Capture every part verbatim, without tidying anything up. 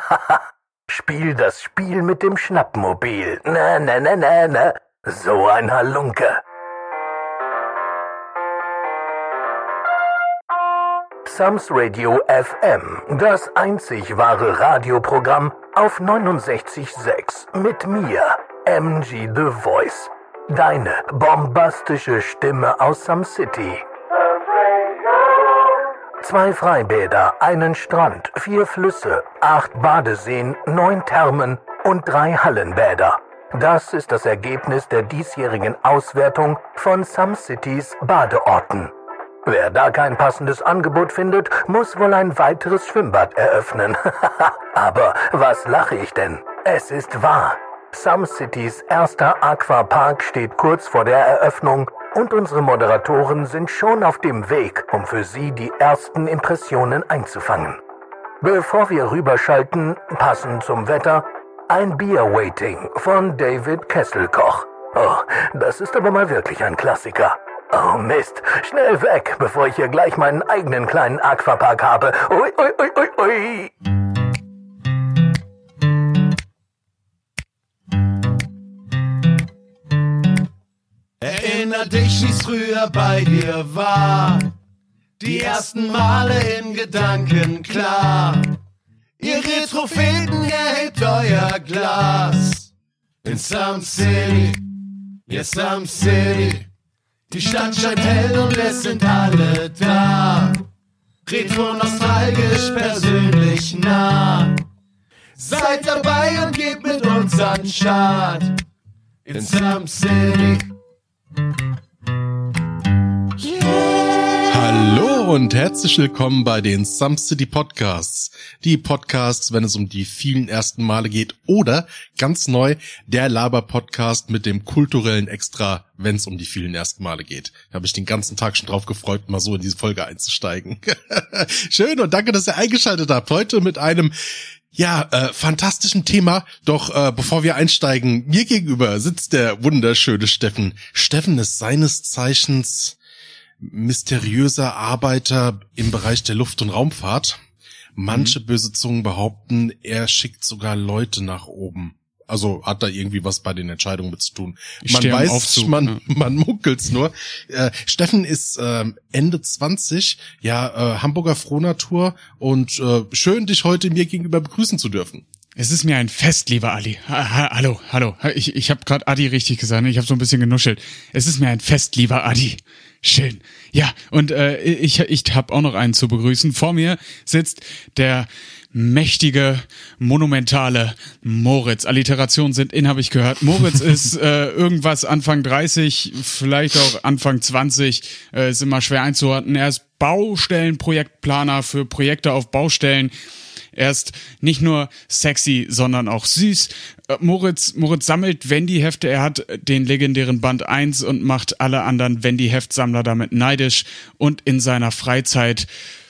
Spiel das Spiel mit dem Schnappmobil. Na, na, na, na, na. So ein Halunke. Sams Radio F M, das einzig wahre Radioprogramm auf neunundsechzig Komma sechs mit mir, M G The Voice. Deine bombastische Stimme aus Sam City. Zwei Freibäder, einen Strand, vier Flüsse, acht Badeseen, neun Thermen und drei Hallenbäder. Das ist das Ergebnis der diesjährigen Auswertung von Sam Citys Badeorten. Wer da kein passendes Angebot findet, muss wohl ein weiteres Schwimmbad eröffnen. Aber was lache ich denn? Es ist wahr. Sam Citys erster Aquapark steht kurz vor der Eröffnung und unsere Moderatoren sind schon auf dem Weg, um für Sie die ersten Impressionen einzufangen. Bevor wir rüberschalten, passend zum Wetter, ein Beer-Waiting von David Kesselkoch. Oh, das ist aber mal wirklich ein Klassiker. Oh Mist, schnell weg, bevor ich hier gleich meinen eigenen kleinen Aquapark habe. Ui, ui, ui, ui, ui. Erinner dich, wie's früher bei dir war. Die ersten Male in Gedanken klar. Ihr Retropheten, erhebt euer Glas. In Sam City, ja Sam City. Die Stadt scheint hell und es sind alle da. Retro nostalgisch, persönlich nah. Seid dabei und gebt mit uns an Start. In Sam City. Hallo und herzlich willkommen bei den Sam City Podcasts. Die Podcasts, wenn es um die vielen ersten Male geht, oder ganz neu, der Laber-Podcast mit dem kulturellen Extra, wenn es um die vielen ersten Male geht. Da habe ich den ganzen Tag schon drauf gefreut, mal so in diese Folge einzusteigen. Schön und danke, dass ihr eingeschaltet habt. Heute mit einem Ja, äh, fantastischen Thema, doch äh, bevor wir einsteigen, mir gegenüber sitzt der wunderschöne Steffen. Steffen ist seines Zeichens mysteriöser Arbeiter im Bereich der Luft- und Raumfahrt. Manche mhm. böse Zungen behaupten, er schickt sogar Leute nach oben. Also hat da irgendwie was bei den Entscheidungen mit zu tun. Ich man weiß, Aufzug, man, ja. man munkelt's nur. Äh, Steffen ist äh, Ende zwanzig, ja, äh, Hamburger Frohnatur und äh, schön, dich heute mir gegenüber begrüßen zu dürfen. Es ist mir ein Fest, lieber Adi. Ha, ha, hallo, hallo. Ich, ich habe gerade Adi richtig gesagt, ich habe so ein bisschen genuschelt. Es ist mir ein Fest, lieber Adi. Schön. Ja, und äh, ich, ich habe auch noch einen zu begrüßen. Vor mir sitzt der mächtige, monumentale Moritz. Alliterationen sind in, habe ich gehört. Moritz ist äh, irgendwas Anfang dreißig, vielleicht auch Anfang zwanzig, äh, ist immer schwer einzuordnen. Er ist Baustellenprojektplaner für Projekte auf Baustellen. Er ist nicht nur sexy, sondern auch süß. Äh, Moritz, Moritz sammelt Wendy-Hefte. Er hat den legendären Band eins und macht alle anderen Wendy-Heftsammler damit neidisch. Und in seiner Freizeit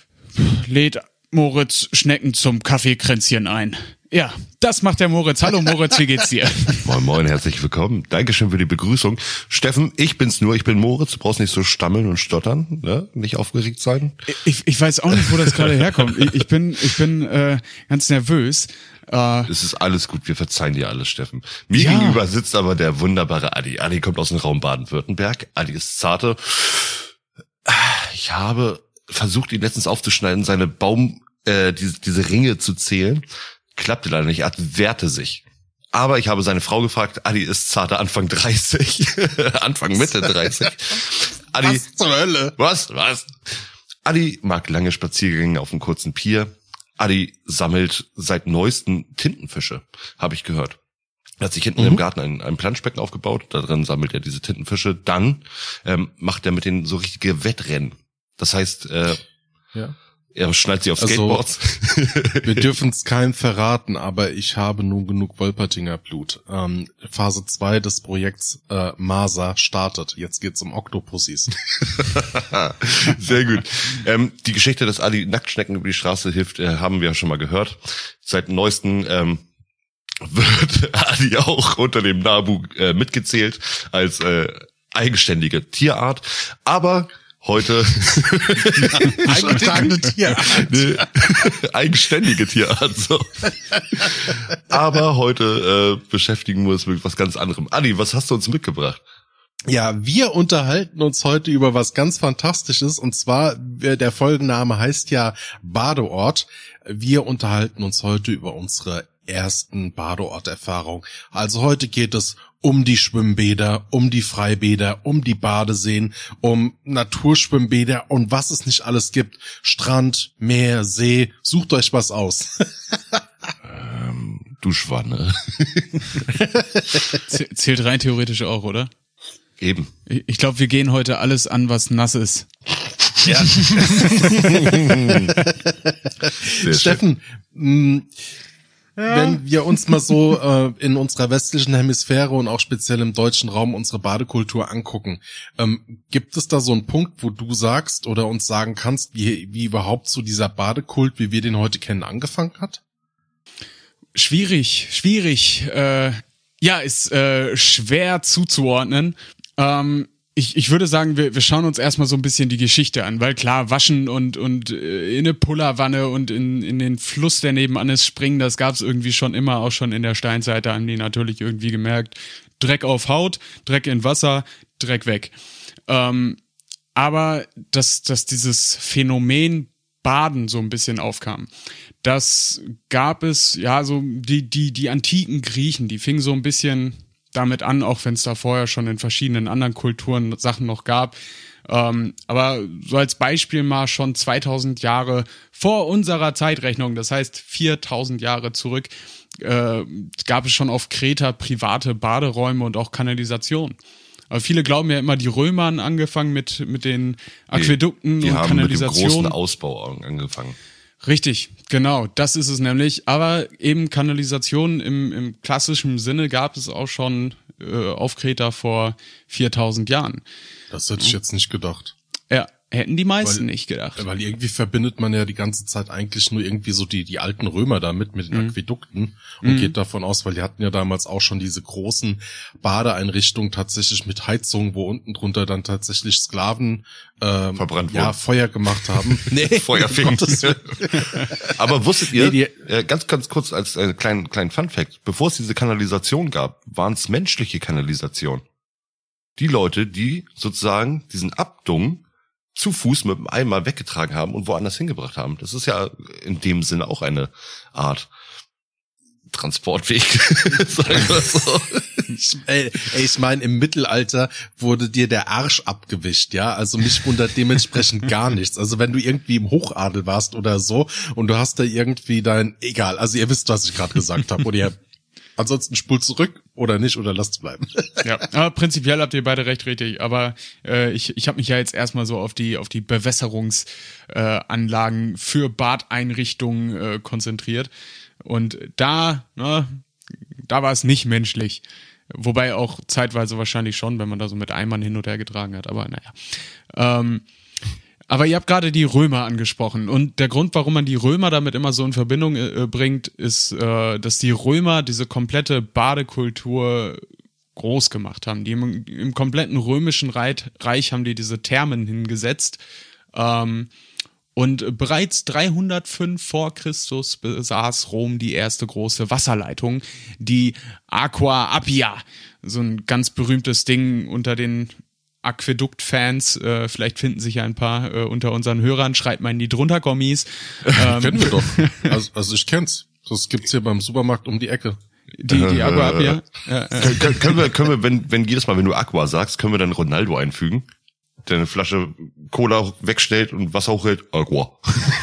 lädt Moritz Schnecken zum Kaffeekränzchen ein. Ja, das macht der Moritz. Hallo Moritz, wie geht's dir? Moin Moin, herzlich willkommen. Dankeschön für die Begrüßung. Steffen, ich bin's nur, ich bin Moritz. Du brauchst nicht so stammeln und stottern, ne? Nicht aufgeregt sein. Ich, ich weiß auch nicht, wo das gerade herkommt. Ich, ich bin, ich bin äh, ganz nervös. Äh, es ist alles gut, wir verzeihen dir alles, Steffen. Mir ja. gegenüber sitzt aber der wunderbare Adi. Adi kommt aus dem Raum Baden-Württemberg. Adi ist zarte. Ich habe versucht, ihn letztens aufzuschneiden, seine Baum, äh, diese, diese Ringe zu zählen. Klappte leider nicht, er wehrte sich. Aber ich habe seine Frau gefragt, Adi ist zarte Anfang dreißig. Anfang Mitte dreißig. Adi, was zur Hölle? Was? Was? Adi mag lange Spaziergänge auf einem kurzen Pier. Adi sammelt seit neuesten Tintenfische, habe ich gehört. Er hat sich hinten mhm. im Garten ein, ein Planschbecken aufgebaut, da drin sammelt er diese Tintenfische. Dann ähm, macht er mit denen so richtige Wettrennen. Das heißt, äh, ja. er schnallt sie auf Skateboards. Also, wir dürfen es keinem verraten, aber ich habe nun genug Wolpertinger Blut. Ähm, Phase zwei des Projekts äh, Masa startet. Jetzt geht's um Oktopussis. Sehr gut. Ähm, die Geschichte, dass Adi Nacktschnecken über die Straße hilft, äh, haben wir ja schon mal gehört. Seit neuesten ähm, wird Adi auch unter dem Nabu äh, mitgezählt als äh, eigenständige Tierart. Aber Heute Eingetragene Tierart. Ne, eigenständige Tierart. So. Aber heute äh, beschäftigen wir uns mit was ganz anderem. Adi, was hast du uns mitgebracht? Ja, wir unterhalten uns heute über was ganz Fantastisches, und zwar, der Folgenname heißt ja Badeort. Wir unterhalten uns heute über unsere ersten Badeorterfahrung. Also heute geht es um die Schwimmbäder, um die Freibäder, um die Badeseen, um Naturschwimmbäder und was es nicht alles gibt. Strand, Meer, See, sucht euch was aus. ähm, Duschwanne. Zählt rein theoretisch auch, oder? Eben. Ich glaube, wir gehen heute alles an, was nass ist. Ja. Steffen, mh, ja. Wenn wir uns mal so äh, in unserer westlichen Hemisphäre und auch speziell im deutschen Raum unsere Badekultur angucken, ähm, gibt es da so einen Punkt, wo du sagst oder uns sagen kannst, wie, wie überhaupt so dieser Badekult, wie wir den heute kennen, angefangen hat? Schwierig, schwierig. Äh, ja, ist äh, schwer zuzuordnen. Ähm, Ich, ich würde sagen, wir, wir schauen uns erstmal so ein bisschen die Geschichte an, weil klar, waschen und und äh, in eine Pullerwanne und in in den Fluss, der nebenan ist, springen, das gab's irgendwie schon immer, auch schon in der Steinzeit, da haben die natürlich irgendwie gemerkt, Dreck auf Haut, Dreck in Wasser, Dreck weg. Ähm, aber dass, dass dieses Phänomen Baden so ein bisschen aufkam, das gab es, ja, so die die die antiken Griechen, die fingen so ein bisschen damit an, auch wenn es da vorher schon in verschiedenen anderen Kulturen Sachen noch gab. Ähm, aber so als Beispiel mal schon zweitausend Jahre vor unserer Zeitrechnung, das heißt viertausend Jahre zurück, äh, gab es schon auf Kreta private Baderäume und auch Kanalisation. Aber viele glauben ja immer, die Römer haben angefangen mit mit den Aquädukten die, die und haben Kanalisation. mit dem großen Ausbau angefangen. Richtig, genau, das ist es nämlich. Aber eben Kanalisation im, im klassischen Sinne gab es auch schon äh, auf Kreta vor viertausend Jahren. Das hätte ich jetzt nicht gedacht. Ja, hätten die meisten weil, nicht gedacht. Weil irgendwie verbindet man ja die ganze Zeit eigentlich nur irgendwie so die die alten Römer damit, mit den mhm. Aquädukten und mhm. geht davon aus, weil die hatten ja damals auch schon diese großen Badeeinrichtungen tatsächlich mit Heizung, wo unten drunter dann tatsächlich Sklaven ähm, verbrannt ja, wurden. Feuer gemacht haben. Nee, Feuer fing. Aber wusstet ihr, nee, äh, ganz, ganz kurz als äh, kleinen, kleinen Funfact, bevor es diese Kanalisation gab, waren es menschliche Kanalisation. Die Leute, die sozusagen diesen Abdung zu Fuß mit dem Eimer weggetragen haben und woanders hingebracht haben. Das ist ja in dem Sinne auch eine Art Transportweg, sagen wir so. Ich, ey, ey, ich meine, im Mittelalter wurde dir der Arsch abgewischt, ja, also mich wundert dementsprechend gar nichts. Also wenn du irgendwie im Hochadel warst oder so und du hast da irgendwie dein, egal, also ihr wisst, was ich gerade gesagt habe, oder ihr ansonsten spult zurück oder nicht oder lasst es bleiben. Ja, aber prinzipiell habt ihr beide recht richtig. Aber äh, ich ich habe mich ja jetzt erstmal so auf die auf die Bewässerungsanlagen äh, für Badeinrichtungen äh, konzentriert. Und da, ne, da war es nicht menschlich. Wobei auch zeitweise wahrscheinlich schon, wenn man da so mit Eimern hin und her getragen hat. Aber naja. Ähm, Aber ihr habt gerade die Römer angesprochen und der Grund, warum man die Römer damit immer so in Verbindung äh, bringt, ist, äh, dass die Römer diese komplette Badekultur groß gemacht haben. Die im, im kompletten römischen Reich, Reich haben die diese Thermen hingesetzt ähm, und bereits dreihundertfünf vor Christus besaß Rom die erste große Wasserleitung, die Aqua Appia, so ein ganz berühmtes Ding unter den Aquädukt-Fans, äh, vielleicht finden sich ja ein paar äh, unter unseren Hörern, schreibt mal in die drunter Kommis. Ähm, Kennen wir doch. Also, also ich kenn's. Das gibt's hier beim Supermarkt um die Ecke. Die, die Aqua Appia. Äh, äh. Können, können wir, können wir, wenn, wenn jedes Mal, wenn du Aqua sagst, können wir dann Ronaldo einfügen, der eine Flasche Cola wegstellt und Wasser hochhält? Aqua.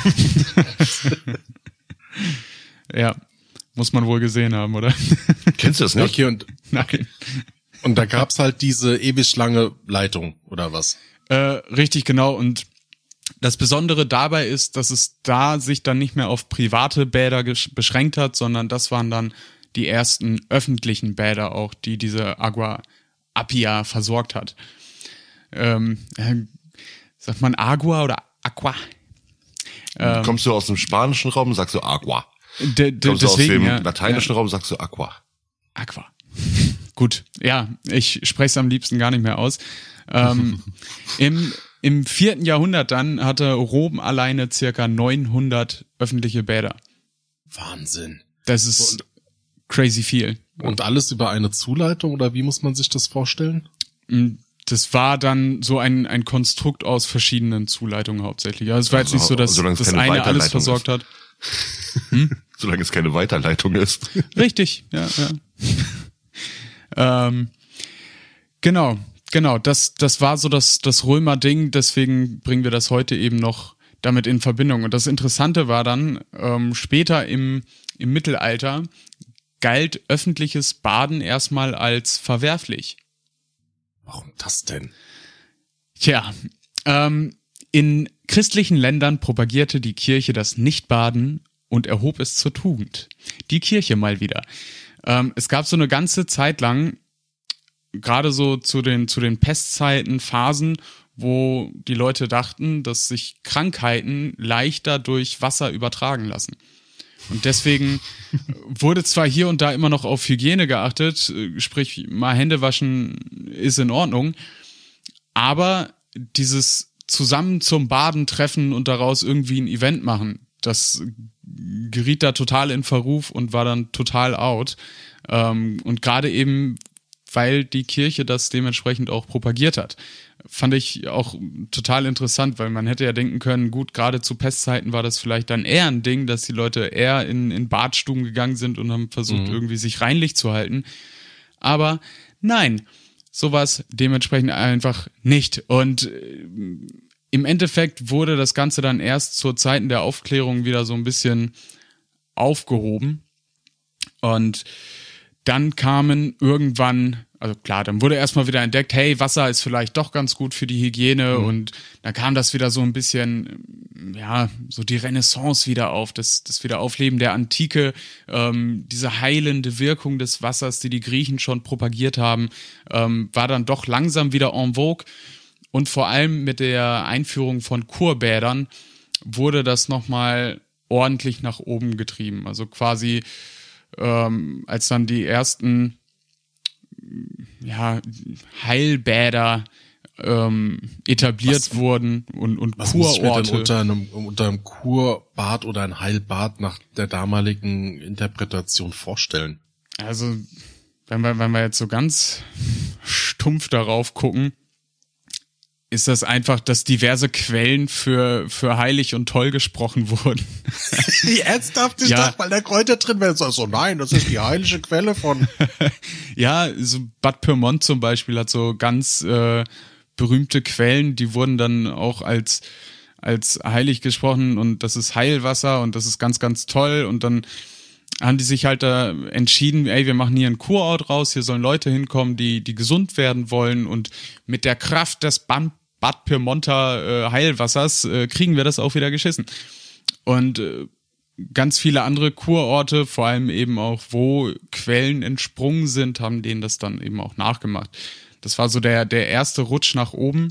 Ja, muss man wohl gesehen haben, oder? Kennst du das nicht? Okay, und Nein. Und da gab's halt diese ewig lange Leitung, oder was? Äh, richtig, genau. Und das Besondere dabei ist, dass es da sich dann nicht mehr auf private Bäder beschränkt hat, sondern das waren dann die ersten öffentlichen Bäder auch, die diese Agua Appia versorgt hat. Ähm, äh, sagt man Agua oder Aqua? Ähm, Kommst du aus dem spanischen Raum, sagst du Agua. De, de, Kommst deswegen, du aus dem ja, lateinischen ja. Raum, sagst du Aqua. Aqua. Gut, ja, ich spreche es am liebsten gar nicht mehr aus. Ähm, im, Im vierten Jahrhundert dann hatte Rom alleine circa neunhundert öffentliche Bäder. Wahnsinn. Das ist und, crazy viel. Und alles über eine Zuleitung oder wie muss man sich das vorstellen? Das war dann so ein ein Konstrukt aus verschiedenen Zuleitungen hauptsächlich. Also es war jetzt nicht so, dass das eine alles versorgt hat. Hm? Solange es keine Weiterleitung ist. Richtig, ja, ja. ähm, genau, genau. Das das war so das das Römer-Ding. Deswegen bringen wir das heute eben noch damit in Verbindung. Und das Interessante war dann ähm, später im im Mittelalter galt öffentliches Baden erstmal als verwerflich. Warum das denn? Tja, ähm, in christlichen Ländern propagierte die Kirche das Nichtbaden und erhob es zur Tugend. Die Kirche mal wieder. Ähm, es gab so eine ganze Zeit lang, gerade so zu den zu den Pestzeiten, Phasen, wo die Leute dachten, dass sich Krankheiten leichter durch Wasser übertragen lassen. Und deswegen wurde zwar hier und da immer noch auf Hygiene geachtet, sprich mal Hände waschen ist in Ordnung, aber dieses zusammen zum Baden treffen und daraus irgendwie ein Event machen, das geriet da total in Verruf und war dann total out. Und gerade eben, weil die Kirche das dementsprechend auch propagiert hat. Fand ich auch total interessant, weil man hätte ja denken können, gut, gerade zu Pestzeiten war das vielleicht dann eher ein Ding, dass die Leute eher in, in Badstuben gegangen sind und haben versucht, mhm. irgendwie sich reinlich zu halten. Aber nein, sowas dementsprechend einfach nicht. Und äh, im Endeffekt wurde das Ganze dann erst zur Zeiten der Aufklärung wieder so ein bisschen aufgehoben. Und dann kamen irgendwann, also klar, dann wurde erstmal wieder entdeckt, hey, Wasser ist vielleicht doch ganz gut für die Hygiene, mhm. und dann kam das wieder so ein bisschen, ja, so die Renaissance wieder auf, das, das Wiederaufleben der Antike, ähm, diese heilende Wirkung des Wassers, die die Griechen schon propagiert haben, ähm, war dann doch langsam wieder en vogue, und vor allem mit der Einführung von Kurbädern wurde das nochmal ordentlich nach oben getrieben, also quasi ähm, als dann die ersten ja, Heilbäder ähm, etabliert was, wurden und, und was Kurorte. Was muss ich mir denn unter einem, unter einem Kurbad oder ein Heilbad nach der damaligen Interpretation vorstellen? Also, wenn wir, wenn wir jetzt so ganz stumpf darauf gucken, ist das einfach, dass diverse Quellen für für heilig und toll gesprochen wurden. Ernsthaft? Ich ja. dachte, weil da Kräuter drin wären. So, nein, das ist die heilige Quelle von... Ja, so Bad Pyrmont zum Beispiel hat so ganz äh, berühmte Quellen, die wurden dann auch als als heilig gesprochen, und das ist Heilwasser und das ist ganz, ganz toll, und dann haben die sich halt da entschieden, ey, wir machen hier einen Kurort raus, hier sollen Leute hinkommen, die die gesund werden wollen, und mit der Kraft des Bad, Bad Pyrmonter äh, Heilwassers äh, kriegen wir das auch wieder geschissen. Und äh, ganz viele andere Kurorte, vor allem eben auch, wo Quellen entsprungen sind, haben denen das dann eben auch nachgemacht. Das war so der der erste Rutsch nach oben.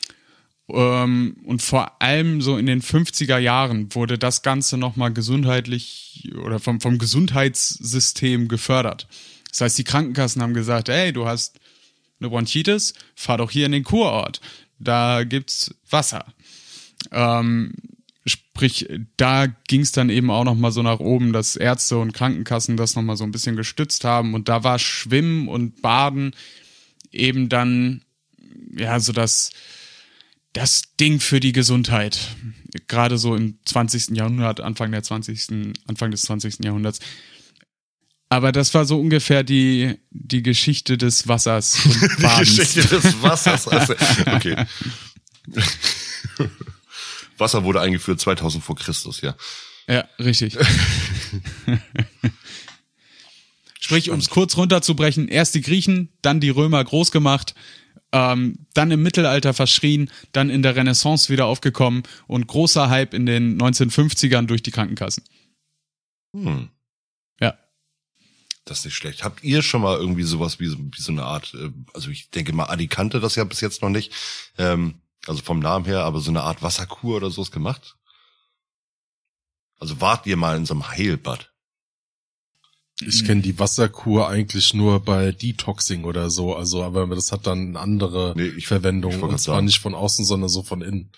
Ähm, und vor allem so in den fünfziger Jahren wurde das Ganze nochmal gesundheitlich oder vom, vom Gesundheitssystem gefördert. Das heißt, die Krankenkassen haben gesagt, ey, du hast eine Bronchitis, fahr doch hier in den Kurort. Da gibt's Wasser. Ähm, sprich, da ging's dann eben auch nochmal so nach oben, dass Ärzte und Krankenkassen das nochmal so ein bisschen gestützt haben. Und da war Schwimmen und Baden eben dann, ja, so das das Ding für die Gesundheit. Gerade so im zwanzigsten Jahrhundert, Anfang der zwanzigsten Anfang des zwanzigsten Jahrhunderts. Aber das war so ungefähr die die Geschichte des Wassers und Badens. Die Geschichte des Wassers. Also, okay. Wasser wurde eingeführt zweitausend vor Christus, ja. Ja, richtig. Sprich, um es kurz runterzubrechen, erst die Griechen, dann die Römer groß gemacht, Ähm, dann im Mittelalter verschrien, dann in der Renaissance wieder aufgekommen und großer Hype in den neunzehnhundertfünfzigern durch die Krankenkassen. Hm. Ja. Das ist nicht schlecht. Habt ihr schon mal irgendwie sowas wie, wie so eine Art, äh, also ich denke mal, Adi kannte das ja bis jetzt noch nicht, ähm, also vom Namen her, aber so eine Art Wasserkur oder sowas gemacht? Also wart ihr mal in so einem Heilbad? Ich kenne die Wasserkur eigentlich nur bei Detoxing oder so, also aber das hat dann eine andere Nee, ich- Verwendung ich wollte und zwar sagen. nicht von außen, sondern so von innen.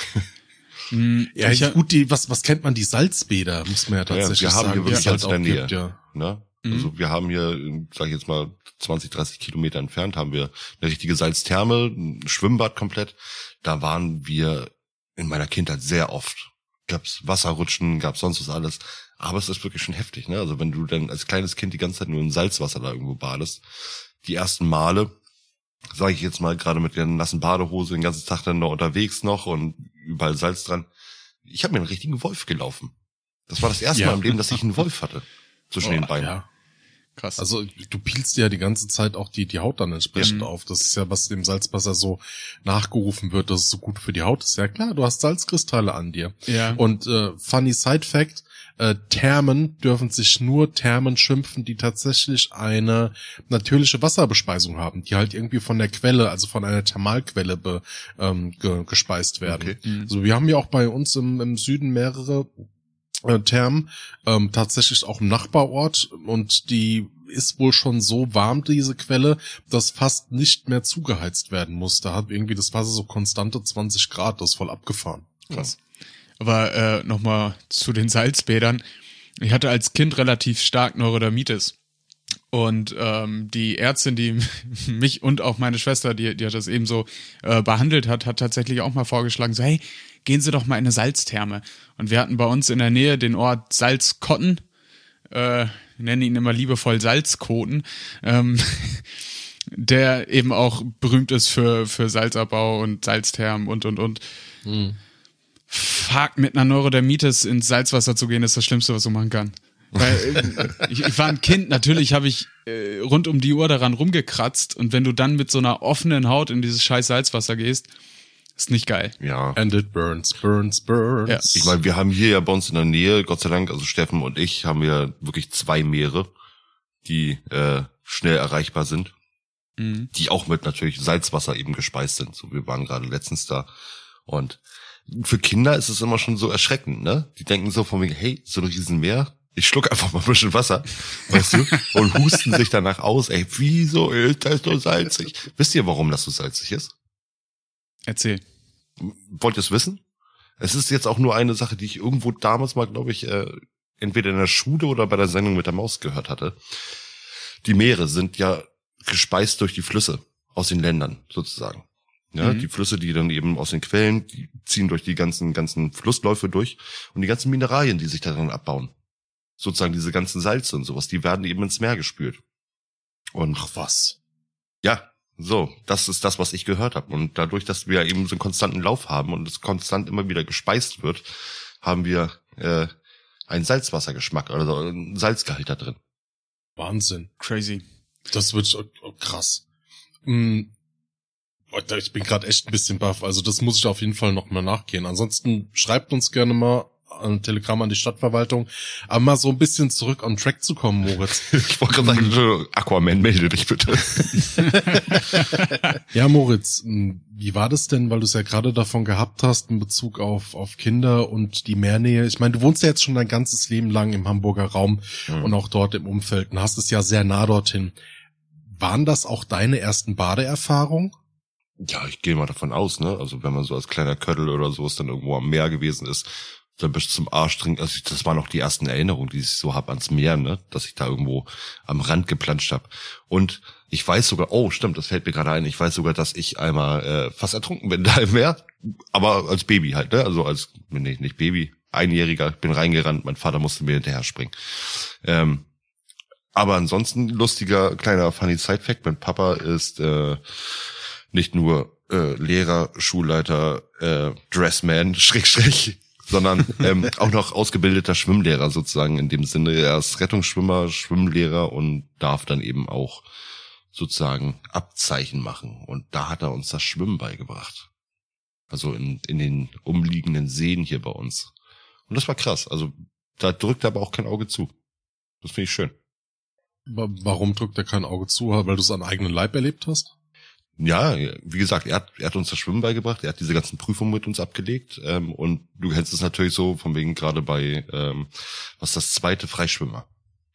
Mm, Ja, ich, gut, die was was kennt man die Salzbäder, muss man ja Ja, tatsächlich wir haben sagen, hier die wirklich es halt Salz in der auch Nähe. gibt, ja. Ne? Mhm. Also wir haben hier, sag ich jetzt mal, zwanzig, dreißig Kilometer entfernt haben wir eine richtige Salztherme, ein Schwimmbad komplett. Da waren wir in meiner Kindheit sehr oft. Gab's Wasserrutschen, gab's sonst was alles. Aber es ist wirklich schon heftig, ne? Also wenn du dann als kleines Kind die ganze Zeit nur in Salzwasser da irgendwo badest, die ersten Male, sage ich jetzt mal, gerade mit der nassen Badehose den ganzen Tag dann noch unterwegs noch und überall Salz dran. Ich habe mir einen richtigen Wolf gelaufen. Das war das erste Ja. Mal im Leben, dass ich einen Wolf hatte. Zwischen Oh, den Beinen. Ja. krass. Also du peelst ja die ganze Zeit auch die die Haut dann entsprechend Ja. auf. Das ist ja, was dem Salzwasser so nachgerufen wird, dass es so gut für die Haut ist. Ja klar, du hast Salzkristalle an dir. ja. Und äh, funny Side Fact, äh, Thermen dürfen sich nur Thermen schimpfen, die tatsächlich eine natürliche Wasserbespeisung haben, die halt irgendwie von der Quelle, also von einer Thermalquelle be, ähm, ge, gespeist werden. Okay. Mhm. Also wir haben ja auch bei uns im, im Süden mehrere äh, Thermen, ähm, tatsächlich auch im Nachbarort, und die ist wohl schon so warm, diese Quelle, dass fast nicht mehr zugeheizt werden muss. Da hat irgendwie das Wasser so konstante zwanzig Grad, das ist voll abgefahren. Krass. Aber äh, nochmal zu den Salzbädern. Ich hatte als Kind relativ stark Neurodermitis. Und ähm, die Ärztin, die mich und auch meine Schwester, die, die hat das eben so äh, behandelt hat, hat tatsächlich auch mal vorgeschlagen, so hey, gehen Sie doch mal in eine Salztherme. Und wir hatten bei uns in der Nähe den Ort Salzkotten, äh, wir nennen ihn immer liebevoll Salzkoten, ähm, der eben auch berühmt ist für, für Salzabbau und Salzthermen und, und, und. Hm. Fuck, mit einer Neurodermitis ins Salzwasser zu gehen, ist das Schlimmste, was du machen kann. Weil äh, ich, ich war ein Kind, natürlich habe ich äh, rund um die Uhr daran rumgekratzt, und wenn du dann mit so einer offenen Haut in dieses scheiß Salzwasser gehst, ist nicht geil. Ja. And it burns, burns, burns. Ja. Ich meine, wir haben hier ja bei uns in der Nähe, Gott sei Dank, also Steffen und ich, haben wir wirklich zwei Meere, die äh, schnell erreichbar sind, Mhm. die auch mit natürlich Salzwasser eben gespeist sind. So, wir waren gerade letztens da. Und für Kinder ist es immer schon so erschreckend, ne? Die denken so von wegen, hey, so ein Riesenmeer, ich schluck einfach mal ein bisschen Wasser, weißt du, und husten sich danach aus, ey, wieso ist das so salzig? Wisst ihr, warum das so salzig ist? Erzähl. Wollt ihr es wissen? Es ist jetzt auch nur eine Sache, die ich irgendwo damals mal, glaube ich, äh, entweder in der Schule oder bei der Sendung mit der Maus gehört hatte. Die Meere sind ja gespeist durch die Flüsse aus den Ländern sozusagen. Ja, Mhm. die Flüsse, die dann eben aus den Quellen, die ziehen durch die ganzen ganzen Flussläufe durch, und die ganzen Mineralien, die sich daran abbauen, sozusagen diese ganzen Salze und sowas, die werden eben ins Meer gespült. Und Ach was. ja, so, das ist das, was ich gehört habe. Und dadurch, dass wir eben so einen konstanten Lauf haben und es konstant immer wieder gespeist wird, haben wir äh, einen Salzwassergeschmack, also einen Salzgehalt da drin. Wahnsinn. Crazy. Das wird oh, oh, krass. Hm. Ich bin gerade echt ein bisschen baff. Also das muss ich auf jeden Fall noch mal nachgehen. Ansonsten schreibt uns gerne mal ein Telegramm an die Stadtverwaltung. Aber mal so ein bisschen zurück on track zu kommen, Moritz. Ich wollte gerade sagen, Aquaman, melde dich bitte. Ja, Moritz, wie war das denn, weil du es ja gerade davon gehabt hast in Bezug auf auf Kinder und die Meernähe? Ich meine, du wohnst ja jetzt schon dein ganzes Leben lang im Hamburger Raum Mhm. und auch dort im Umfeld und hast es ja sehr nah dorthin. Waren das auch deine ersten Badeerfahrungen? Ja, ich gehe mal davon aus, ne? Also wenn man so als kleiner Köttel oder sowas dann irgendwo am Meer gewesen ist, dann bist du zum Arsch drin. Also das waren auch die ersten Erinnerungen, die ich so hab ans Meer, ne? Dass ich da irgendwo am Rand geplanscht hab. Und ich weiß sogar, oh stimmt, das fällt mir gerade ein, ich weiß sogar, dass ich einmal äh, fast ertrunken bin da im Meer. Aber als Baby halt, ne? Also als, nee, nicht Baby, Einjähriger, ich bin reingerannt, mein Vater musste mir hinterher springen. Ähm, aber ansonsten lustiger, kleiner funny Side-Fact, mein Papa ist äh, nicht nur äh, Lehrer, Schulleiter, äh, Dressman, Schräg, Schräg, sondern ähm, auch noch ausgebildeter Schwimmlehrer sozusagen in dem Sinne. Er ist Rettungsschwimmer, Schwimmlehrer und darf dann eben auch sozusagen Abzeichen machen. Und da hat er uns das Schwimmen beigebracht. Also in, in den umliegenden Seen hier bei uns. Und das war krass. Also da drückt er aber auch kein Auge zu. Das finde ich schön. Wa- Warum drückt er kein Auge zu? Weil du es an eigenen Leib erlebt hast? Ja, wie gesagt, er hat, er hat uns das Schwimmen beigebracht, er hat diese ganzen Prüfungen mit uns abgelegt, ähm, und du kennst es natürlich so, von wegen gerade bei, ähm, was ist das zweite Freischwimmer,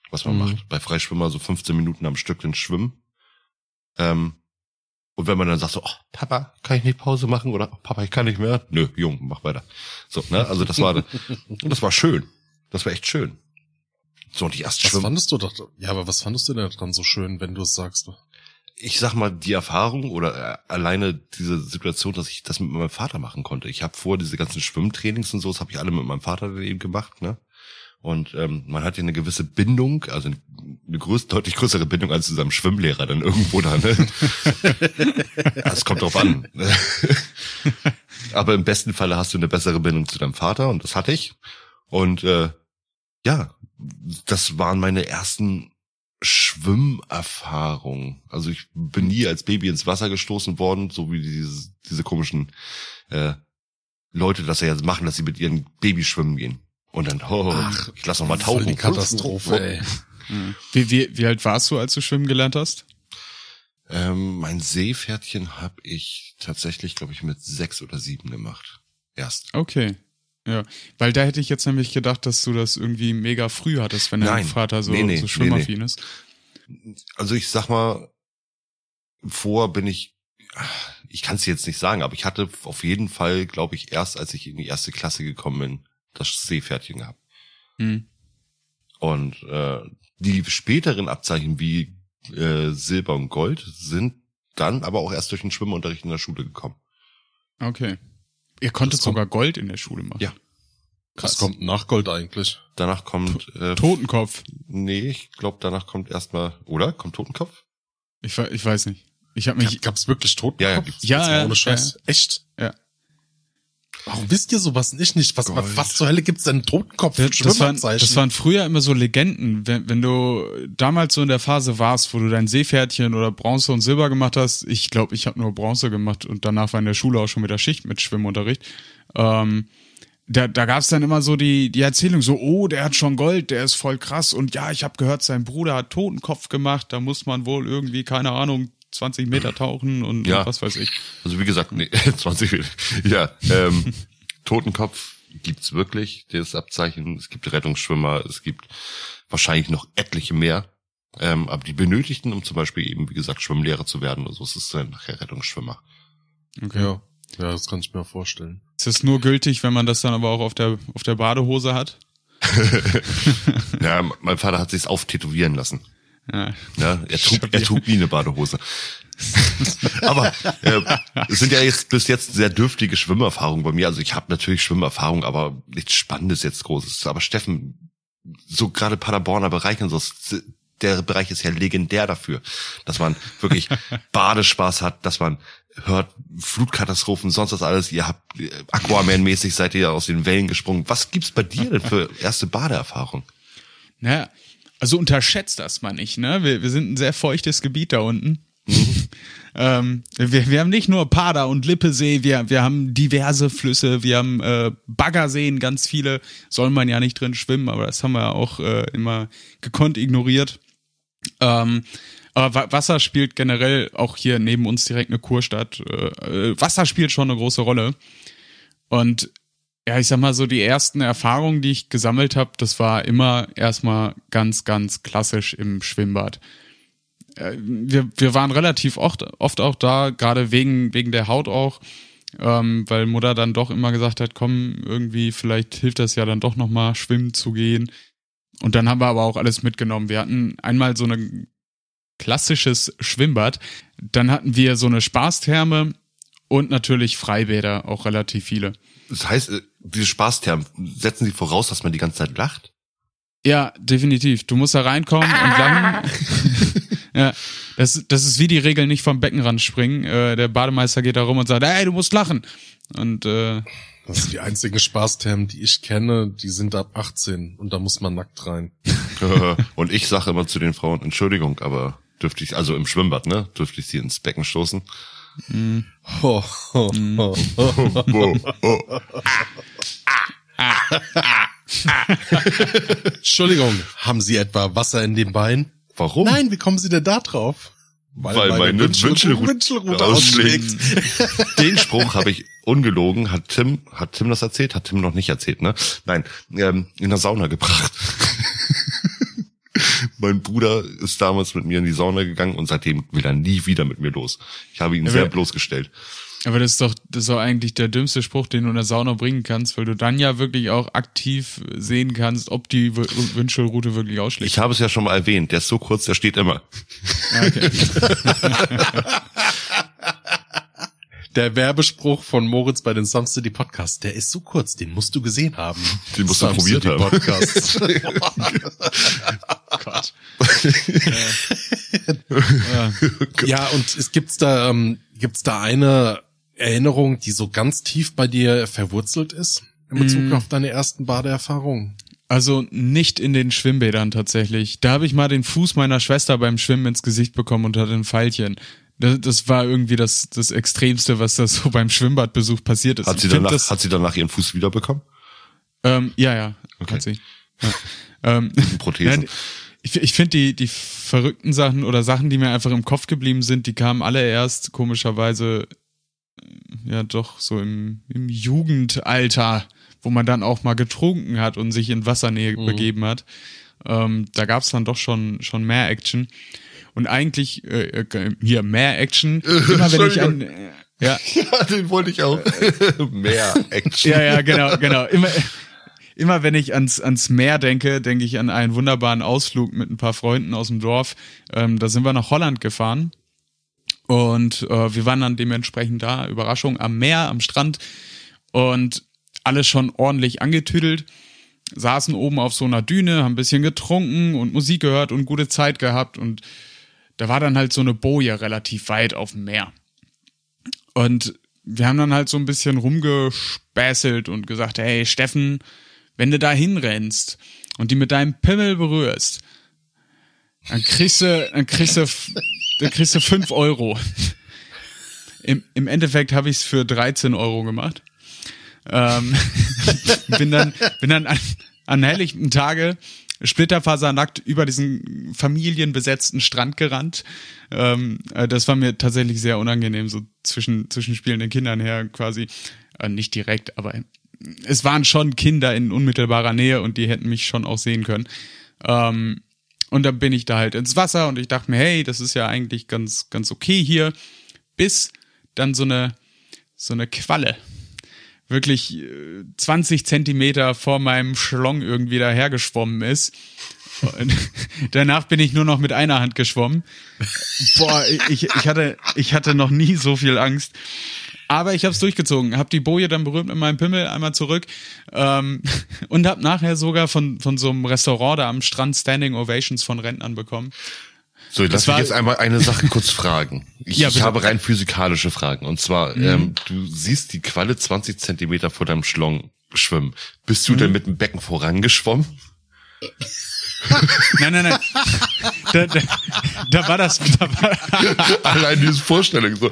was man Mhm. macht. Bei Freischwimmer so fünfzehn Minuten am Stück den Schwimmen. Ähm, und wenn man dann sagt so, oh, Papa, kann ich nicht Pause machen? Oder oh, Papa, ich kann nicht mehr. Nö, Jung, mach weiter. So, ne? Also das war, das war schön. Das war echt schön. So, und die ersten Was Schwimmen. fandest du doch, ja, aber was fandest du denn dran so schön, wenn du es sagst? Ich sag mal, die Erfahrung oder äh, alleine diese Situation, dass ich das mit meinem Vater machen konnte. Ich habe vor diese ganzen Schwimmtrainings und so, das habe ich alle mit meinem Vater eben gemacht, ne? Und ähm, man hat ja eine gewisse Bindung, also eine, eine größ, deutlich größere Bindung als zu seinem Schwimmlehrer dann irgendwo da, ne? Das kommt drauf an. Aber im besten Falle hast du eine bessere Bindung zu deinem Vater und das hatte ich. Und äh, ja, das waren meine ersten Schwimmerfahrungen. Also ich bin nie als Baby ins Wasser gestoßen worden, so wie diese, diese komischen äh, Leute das ja jetzt machen, dass sie mit ihren Babys schwimmen gehen. Und dann, oh, Ach, ich lass noch mal tauchen. Voll die Katastrophe, ey. Wie, wie, wie alt warst du, als du schwimmen gelernt hast? Ähm, mein Seepferdchen habe ich tatsächlich, glaube ich, mit sechs oder sieben gemacht. Erst. Okay. Ja, weil da hätte ich jetzt nämlich gedacht, dass du das irgendwie mega früh hattest, wenn dein Vater so, nee, nee, so schwimmaffin nee, nee. ist. Also ich sag mal, vor bin ich, ich kann es jetzt nicht sagen, aber ich hatte auf jeden Fall, glaube ich, erst als ich in die erste Klasse gekommen bin, das Seepferdchen gehabt. Hm. Und äh, die späteren Abzeichen wie äh, Silber und Gold sind dann aber auch erst durch den Schwimmunterricht in der Schule gekommen. Okay. Ihr konntet sogar Gold in der Schule machen. Ja. Krass. Was kommt nach Gold eigentlich? Danach kommt äh, Totenkopf. Nee, ich glaube, danach kommt erstmal, oder? Kommt Totenkopf? Ich, ich weiß nicht. Ich habe mich. Gab, gab's wirklich Totenkopf? Ja, ja, gibt's. Ja, ja, ohne Scheiß. ja. Echt? Ja. Warum wisst ihr sowas nicht? nicht? Was, Gold. was zur Hölle gibt's denn Totenkopf? Das, das, waren, Schwimmabzeichen? das waren früher immer so Legenden. Wenn, wenn du damals so in der Phase warst, wo du dein Seepferdchen oder Bronze und Silber gemacht hast, ich glaube, ich habe nur Bronze gemacht und danach war in der Schule auch schon wieder Schicht mit Schwimmunterricht. Ähm, da da gab's dann immer so die die Erzählung, so, oh, der hat schon Gold, der ist voll krass und ja, ich habe gehört, sein Bruder hat Totenkopf gemacht, da muss man wohl irgendwie, keine Ahnung, zwanzig Meter tauchen und, Ja. und was weiß ich. Also wie gesagt, nee, zwanzig Meter. Ja, ähm, Totenkopf gibt's wirklich, das Abzeichen. Es gibt Rettungsschwimmer, es gibt wahrscheinlich noch etliche mehr. Ähm, aber die benötigten, um zum Beispiel eben, wie gesagt, Schwimmlehrer zu werden oder so, es ist dann nachher Rettungsschwimmer. Okay. Ja. Ja, das kann ich mir vorstellen. Ist das nur gültig, wenn man das dann aber auch auf der auf der Badehose hat? Ja, mein Vater hat sich's auftätowieren lassen. Ja. Ja, er trug, er trug nie eine Badehose. Aber äh, es sind ja jetzt bis jetzt sehr dürftige Schwimmerfahrungen bei mir. Also ich habe natürlich Schwimmerfahrung, aber nichts Spannendes jetzt Großes. Aber Steffen, so gerade Paderborner Bereich und so, der Bereich ist ja legendär dafür, dass man wirklich Badespaß hat, dass man hört Flutkatastrophen, sonst was alles. Ihr habt äh, Aquaman-mäßig seid ihr aus den Wellen gesprungen. Was gibt's bei dir denn für erste Badeerfahrung? Naja, also unterschätzt das mal nicht, ne? Wir, wir sind ein sehr feuchtes Gebiet da unten. ähm, wir, wir haben nicht nur Pader und Lippesee, wir, wir haben diverse Flüsse, wir haben äh, Baggerseen, ganz viele, soll man ja nicht drin schwimmen, aber das haben wir auch äh, immer gekonnt ignoriert. Ähm, aber Wasser spielt generell auch hier neben uns direkt eine Kurstadt. Äh, Wasser spielt schon eine große Rolle. Und ja, ich sag mal so, die ersten Erfahrungen, die ich gesammelt habe, das war immer erstmal ganz, ganz klassisch im Schwimmbad. Wir, wir waren relativ oft, oft auch da, gerade wegen, wegen der Haut auch, ähm, weil Mutter dann doch immer gesagt hat, komm, irgendwie, vielleicht hilft das ja dann doch nochmal, schwimmen zu gehen. Und dann haben wir aber auch alles mitgenommen. Wir hatten einmal so ein klassisches Schwimmbad, dann hatten wir so eine Spaßtherme und natürlich Freibäder, auch relativ viele. Das heißt, diese Spaßtermen, setzen Sie voraus, dass man die ganze Zeit lacht? Ja, definitiv. Du musst da reinkommen und lachen. Ja, das, das ist wie die Regel nicht vom Beckenrand springen. Äh, der Bademeister geht da rum und sagt, hey, du musst lachen. Und äh, das sind die einzigen Spaßtermen, die ich kenne, die sind ab achtzehn und da muss man nackt rein. Und ich sage immer zu den Frauen, Entschuldigung, aber dürfte ich, also im Schwimmbad, ne, dürfte ich sie ins Becken stoßen? Mm. Ho, ho, Mm. ho, ho. Oh, oh. Entschuldigung, haben Sie etwa Wasser in den Beinen? Warum? Nein, wie kommen Sie denn da drauf? Weil meine Wünschelrute Wünschelrute ausschlägt. ausschlägt. Den Spruch habe ich ungelogen, hat Tim, hat Tim das erzählt? Hat Tim noch nicht erzählt, ne? Nein, ähm, in der Sauna gebracht. Mein Bruder ist damals mit mir in die Sauna gegangen und seitdem will er nie wieder mit mir los. Ich habe ihn Ja, sehr aber- bloßgestellt. Aber das ist doch, das ist doch eigentlich der dümmste Spruch, den du in der Sauna bringen kannst, weil du dann ja wirklich auch aktiv sehen kannst, ob die W- Windschirmroute wirklich ausschlägt. Ich habe es ja schon mal erwähnt, der ist so kurz, der steht immer. Ah, okay. Der Werbespruch von Moritz bei den Some City Podcasts, der ist so kurz, den musst du gesehen haben. Den musst du Some probiert City haben. Podcasts. Gott. Ja, und es gibt's da, ähm, gibt's da eine Erinnerung, die so ganz tief bei dir verwurzelt ist in Bezug Mm. auf deine ersten Badeerfahrungen? Also nicht in den Schwimmbädern tatsächlich. Da habe ich mal den Fuß meiner Schwester beim Schwimmen ins Gesicht bekommen und hatte ein Pfeilchen. Das, das war irgendwie das, das Extremste, was da so beim Schwimmbadbesuch passiert ist. Hat sie Ich find danach, das, hat sie danach ihren Fuß wiederbekommen? ähm, ja, ja, Okay. hat sie. Ja. Ähm, Prothesen. Nein, ich ich finde die, die verrückten Sachen oder Sachen, die mir einfach im Kopf geblieben sind, die kamen alle erst komischerweise äh, ja doch so im, im Jugendalter, wo man dann auch mal getrunken hat und sich in Wassernähe Mhm. begeben hat. Ähm, da gab es dann doch schon schon mehr Action. Und eigentlich äh, äh, hier mehr Action. Immer wenn ich an äh, ja Ja, den wollte ich auch. Mehr Action. ja ja genau genau immer Immer wenn ich ans ans Meer denke, denke ich an einen wunderbaren Ausflug mit ein paar Freunden aus dem Dorf. Ähm, da sind wir nach Holland gefahren und äh, wir waren dann dementsprechend da, Überraschung, am Meer, am Strand und alles schon ordentlich angetüdelt, saßen oben auf so einer Düne, haben ein bisschen getrunken und Musik gehört und gute Zeit gehabt und da war dann halt so eine Boje relativ weit auf dem Meer. Und wir haben dann halt so ein bisschen rumgespäßelt und gesagt, hey Steffen, wenn du da hinrennst und die mit deinem Pimmel berührst, dann kriegst du, dann kriegst du, dann kriegst du fünf Euro. Im, im Endeffekt habe ich es für dreizehn Euro gemacht. Ähm, bin dann, bin dann an, an helllichten Tage splitterfasernackt über diesen familienbesetzten Strand gerannt. Ähm, äh, das war mir tatsächlich sehr unangenehm, so zwischen, zwischen spielenden Kindern her quasi. Äh, nicht direkt, aber es waren schon Kinder in unmittelbarer Nähe und die hätten mich schon auch sehen können. Ähm, und dann bin ich da halt ins Wasser und ich dachte mir, hey, das ist ja eigentlich ganz, ganz okay hier. Bis dann so eine, so eine Qualle wirklich äh, zwanzig Zentimeter vor meinem Schlong irgendwie dahergeschwommen ist. Und danach bin ich nur noch mit einer Hand geschwommen. Boah, ich, ich hatte, ich hatte noch nie so viel Angst. Aber ich habe es durchgezogen, habe die Boje dann berührt mit meinem Pimmel einmal zurück ähm, und habe nachher sogar von von so einem Restaurant da am Strand Standing Ovations von Rentnern bekommen. So, lass Das mich war- jetzt einmal eine Sache kurz fragen. Ich, Ja, ich bitte. habe rein physikalische Fragen. Und zwar, ähm, du siehst die Qualle zwanzig Zentimeter vor deinem Schlong schwimmen. Bist du denn mit dem Becken vorangeschwommen? Nein, nein, nein. Da, da, da war das. Da war, Allein diese Vorstellung so.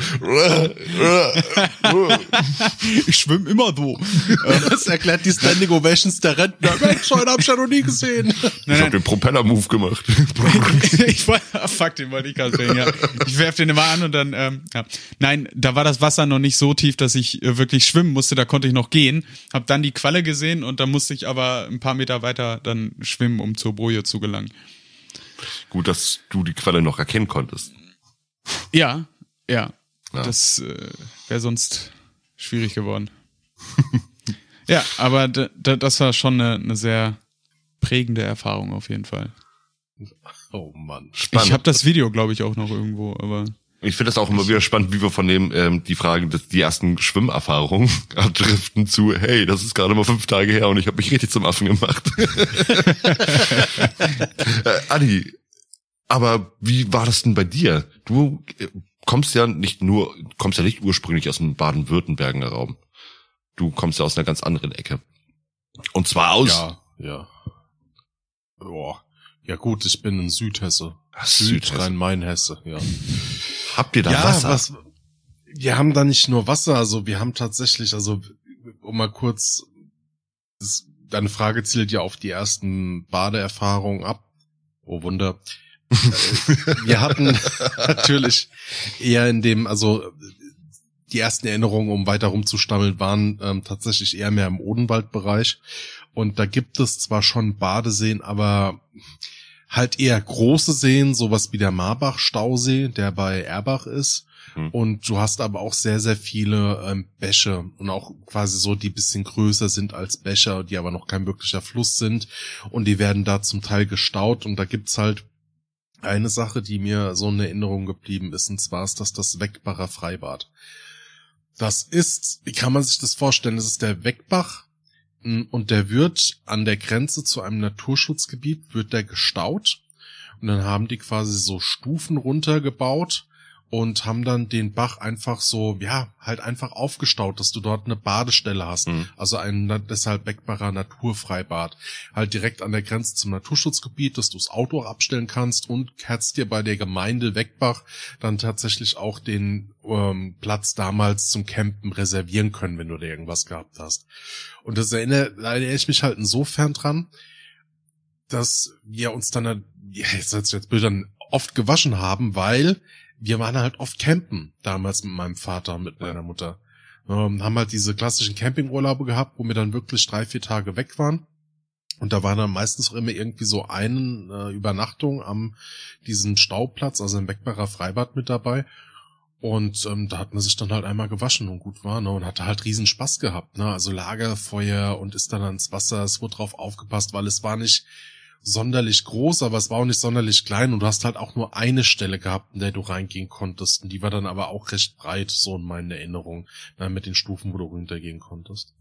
ich schwimme immer so. Das erklärt die Standing Ovations der Rentner. Mensch, heute hab ich ja noch nie gesehen. Ich habe den Propeller-Move gemacht. ich wollte, ah, fuck, den wollte ich gerade sehen, ja. Ich werf den immer an und dann, ähm, ja. Nein, da war das Wasser noch nicht so tief, dass ich äh, wirklich schwimmen musste, da konnte ich noch gehen. Hab dann die Qualle gesehen und dann musste ich aber ein paar Meter weiter dann schwimmen, um zur Boje zu gelangen. Gut, dass du die Qualle noch erkennen konntest. Ja, ja. Ja. Das äh, wäre sonst schwierig geworden. Ja, aber d- d- das war schon eine, eine sehr prägende Erfahrung auf jeden Fall. Oh Mann. Spannend. Ich habe das Video, glaube ich, auch noch irgendwo, aber Ich finde das auch immer wieder spannend, wie wir von dem ähm, die Frage, dass die ersten Schwimmerfahrungen abdriften zu, hey, das ist gerade mal fünf Tage her und ich habe mich richtig zum Affen gemacht. äh, Adi, aber wie war das denn bei dir? Du äh, kommst ja nicht nur, kommst ja nicht ursprünglich aus dem Baden-Württemberger Raum. Du kommst ja aus einer ganz anderen Ecke. Und zwar aus Ja, ja. Boah. Ja gut, ich bin in Südhesse. Südhesse. Südrhein-Main-Hesse, ja. Habt ihr da ja, Wasser? was, wir haben da nicht nur Wasser, also wir haben tatsächlich, also um mal kurz, das, deine Frage zielt ja auf die ersten Badeerfahrungen ab. Oh Wunder. Wir hatten natürlich eher in dem, also die ersten Erinnerungen, um weiter rumzustammeln, waren ähm, tatsächlich eher mehr im Odenwaldbereich. Und da gibt es zwar schon Badeseen, aber halt eher große Seen, sowas wie der Marbach-Stausee, der bei Erbach ist. Hm. Und du hast aber auch sehr, sehr viele ähm, Bäche und auch quasi so, die bisschen größer sind als Bäche, die aber noch kein wirklicher Fluss sind. Und die werden da zum Teil gestaut. Und da gibt's halt eine Sache, die mir so in Erinnerung geblieben ist, und zwar ist das das Weckbacher Freibad. Das ist, wie kann man sich das vorstellen, das ist der Weckbach und der wird an der Grenze zu einem Naturschutzgebiet, wird der gestaut und dann haben die quasi so Stufen runtergebaut und haben dann den Bach einfach so, ja, halt einfach aufgestaut, dass du dort eine Badestelle hast. Mhm. Also ein deshalb Weckbacher Naturfreibad. Halt direkt an der Grenze zum Naturschutzgebiet, dass du das Auto abstellen kannst und kannst dir bei der Gemeinde Weckbach dann tatsächlich auch den ähm, Platz damals zum Campen reservieren können, wenn du da irgendwas gehabt hast. Und das erinnere, da erinnere ich mich halt insofern dran, dass wir uns dann, ja, jetzt, jetzt Bildern oft gewaschen haben, weil wir waren halt oft campen, damals mit meinem Vater, mit meiner Mutter. Ähm, haben halt diese klassischen Campingurlaube gehabt, wo wir dann wirklich drei, vier Tage weg waren. Und da war dann meistens auch immer irgendwie so eine äh, Übernachtung am diesem Stauplatz, also im Weckbacher Freibad mit dabei. Und ähm, da hat man sich dann halt einmal gewaschen und gut war, ne, und hatte halt riesen Spaß gehabt, ne, also Lagerfeuer und ist dann ans Wasser, es wurde drauf aufgepasst, weil es war nicht sonderlich groß, aber es war auch nicht sonderlich klein und du hast halt auch nur eine Stelle gehabt, in der du reingehen konntest und die war dann aber auch recht breit, so in meinen Erinnerungen, ne, mit den Stufen, wo du runtergehen konntest.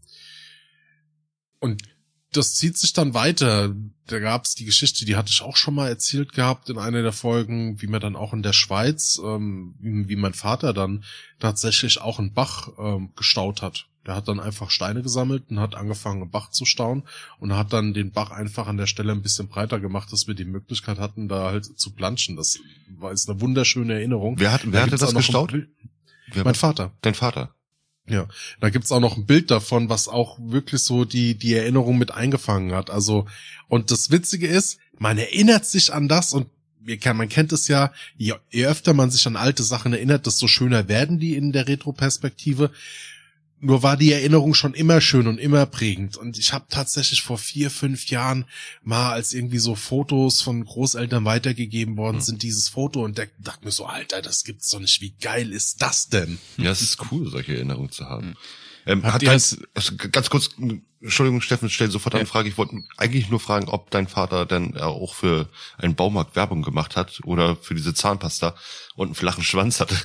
Und das zieht sich dann weiter. Da gab's die Geschichte, die hatte ich auch schon mal erzählt gehabt in einer der Folgen, wie man dann auch in der Schweiz, ähm, wie, wie mein Vater dann tatsächlich auch einen Bach ähm, gestaut hat. Der hat dann einfach Steine gesammelt und hat angefangen, einen Bach zu stauen und hat dann den Bach einfach an der Stelle ein bisschen breiter gemacht, dass wir die Möglichkeit hatten, da halt zu planschen. Das war jetzt eine wunderschöne Erinnerung. Wer hat, wer da hatte das gestaut? Ein, mein Vater. Dein Vater? Ja, da gibt's auch noch ein Bild davon, was auch wirklich so die die Erinnerung mit eingefangen hat. Also, und das Witzige ist, man erinnert sich an das und man kennt es ja, je, je öfter man sich an alte Sachen erinnert, desto schöner werden die in der Retroperspektive. Nur war die Erinnerung schon immer schön und immer prägend. Und ich habe tatsächlich vor vier, fünf Jahren mal, als irgendwie so Fotos von Großeltern weitergegeben worden sind, dieses Foto und der dachte mir so, Alter, das gibt's doch nicht. Wie geil ist das denn? Ja, es ist cool, solche Erinnerungen zu haben. Ähm, Habt hat ihr dein, das- also ganz kurz, Entschuldigung, Steffen, stell sofort eine Frage. Ich wollte eigentlich nur fragen, ob dein Vater denn auch für einen Baumarkt Werbung gemacht hat oder für diese Zahnpasta und einen flachen Schwanz hatte.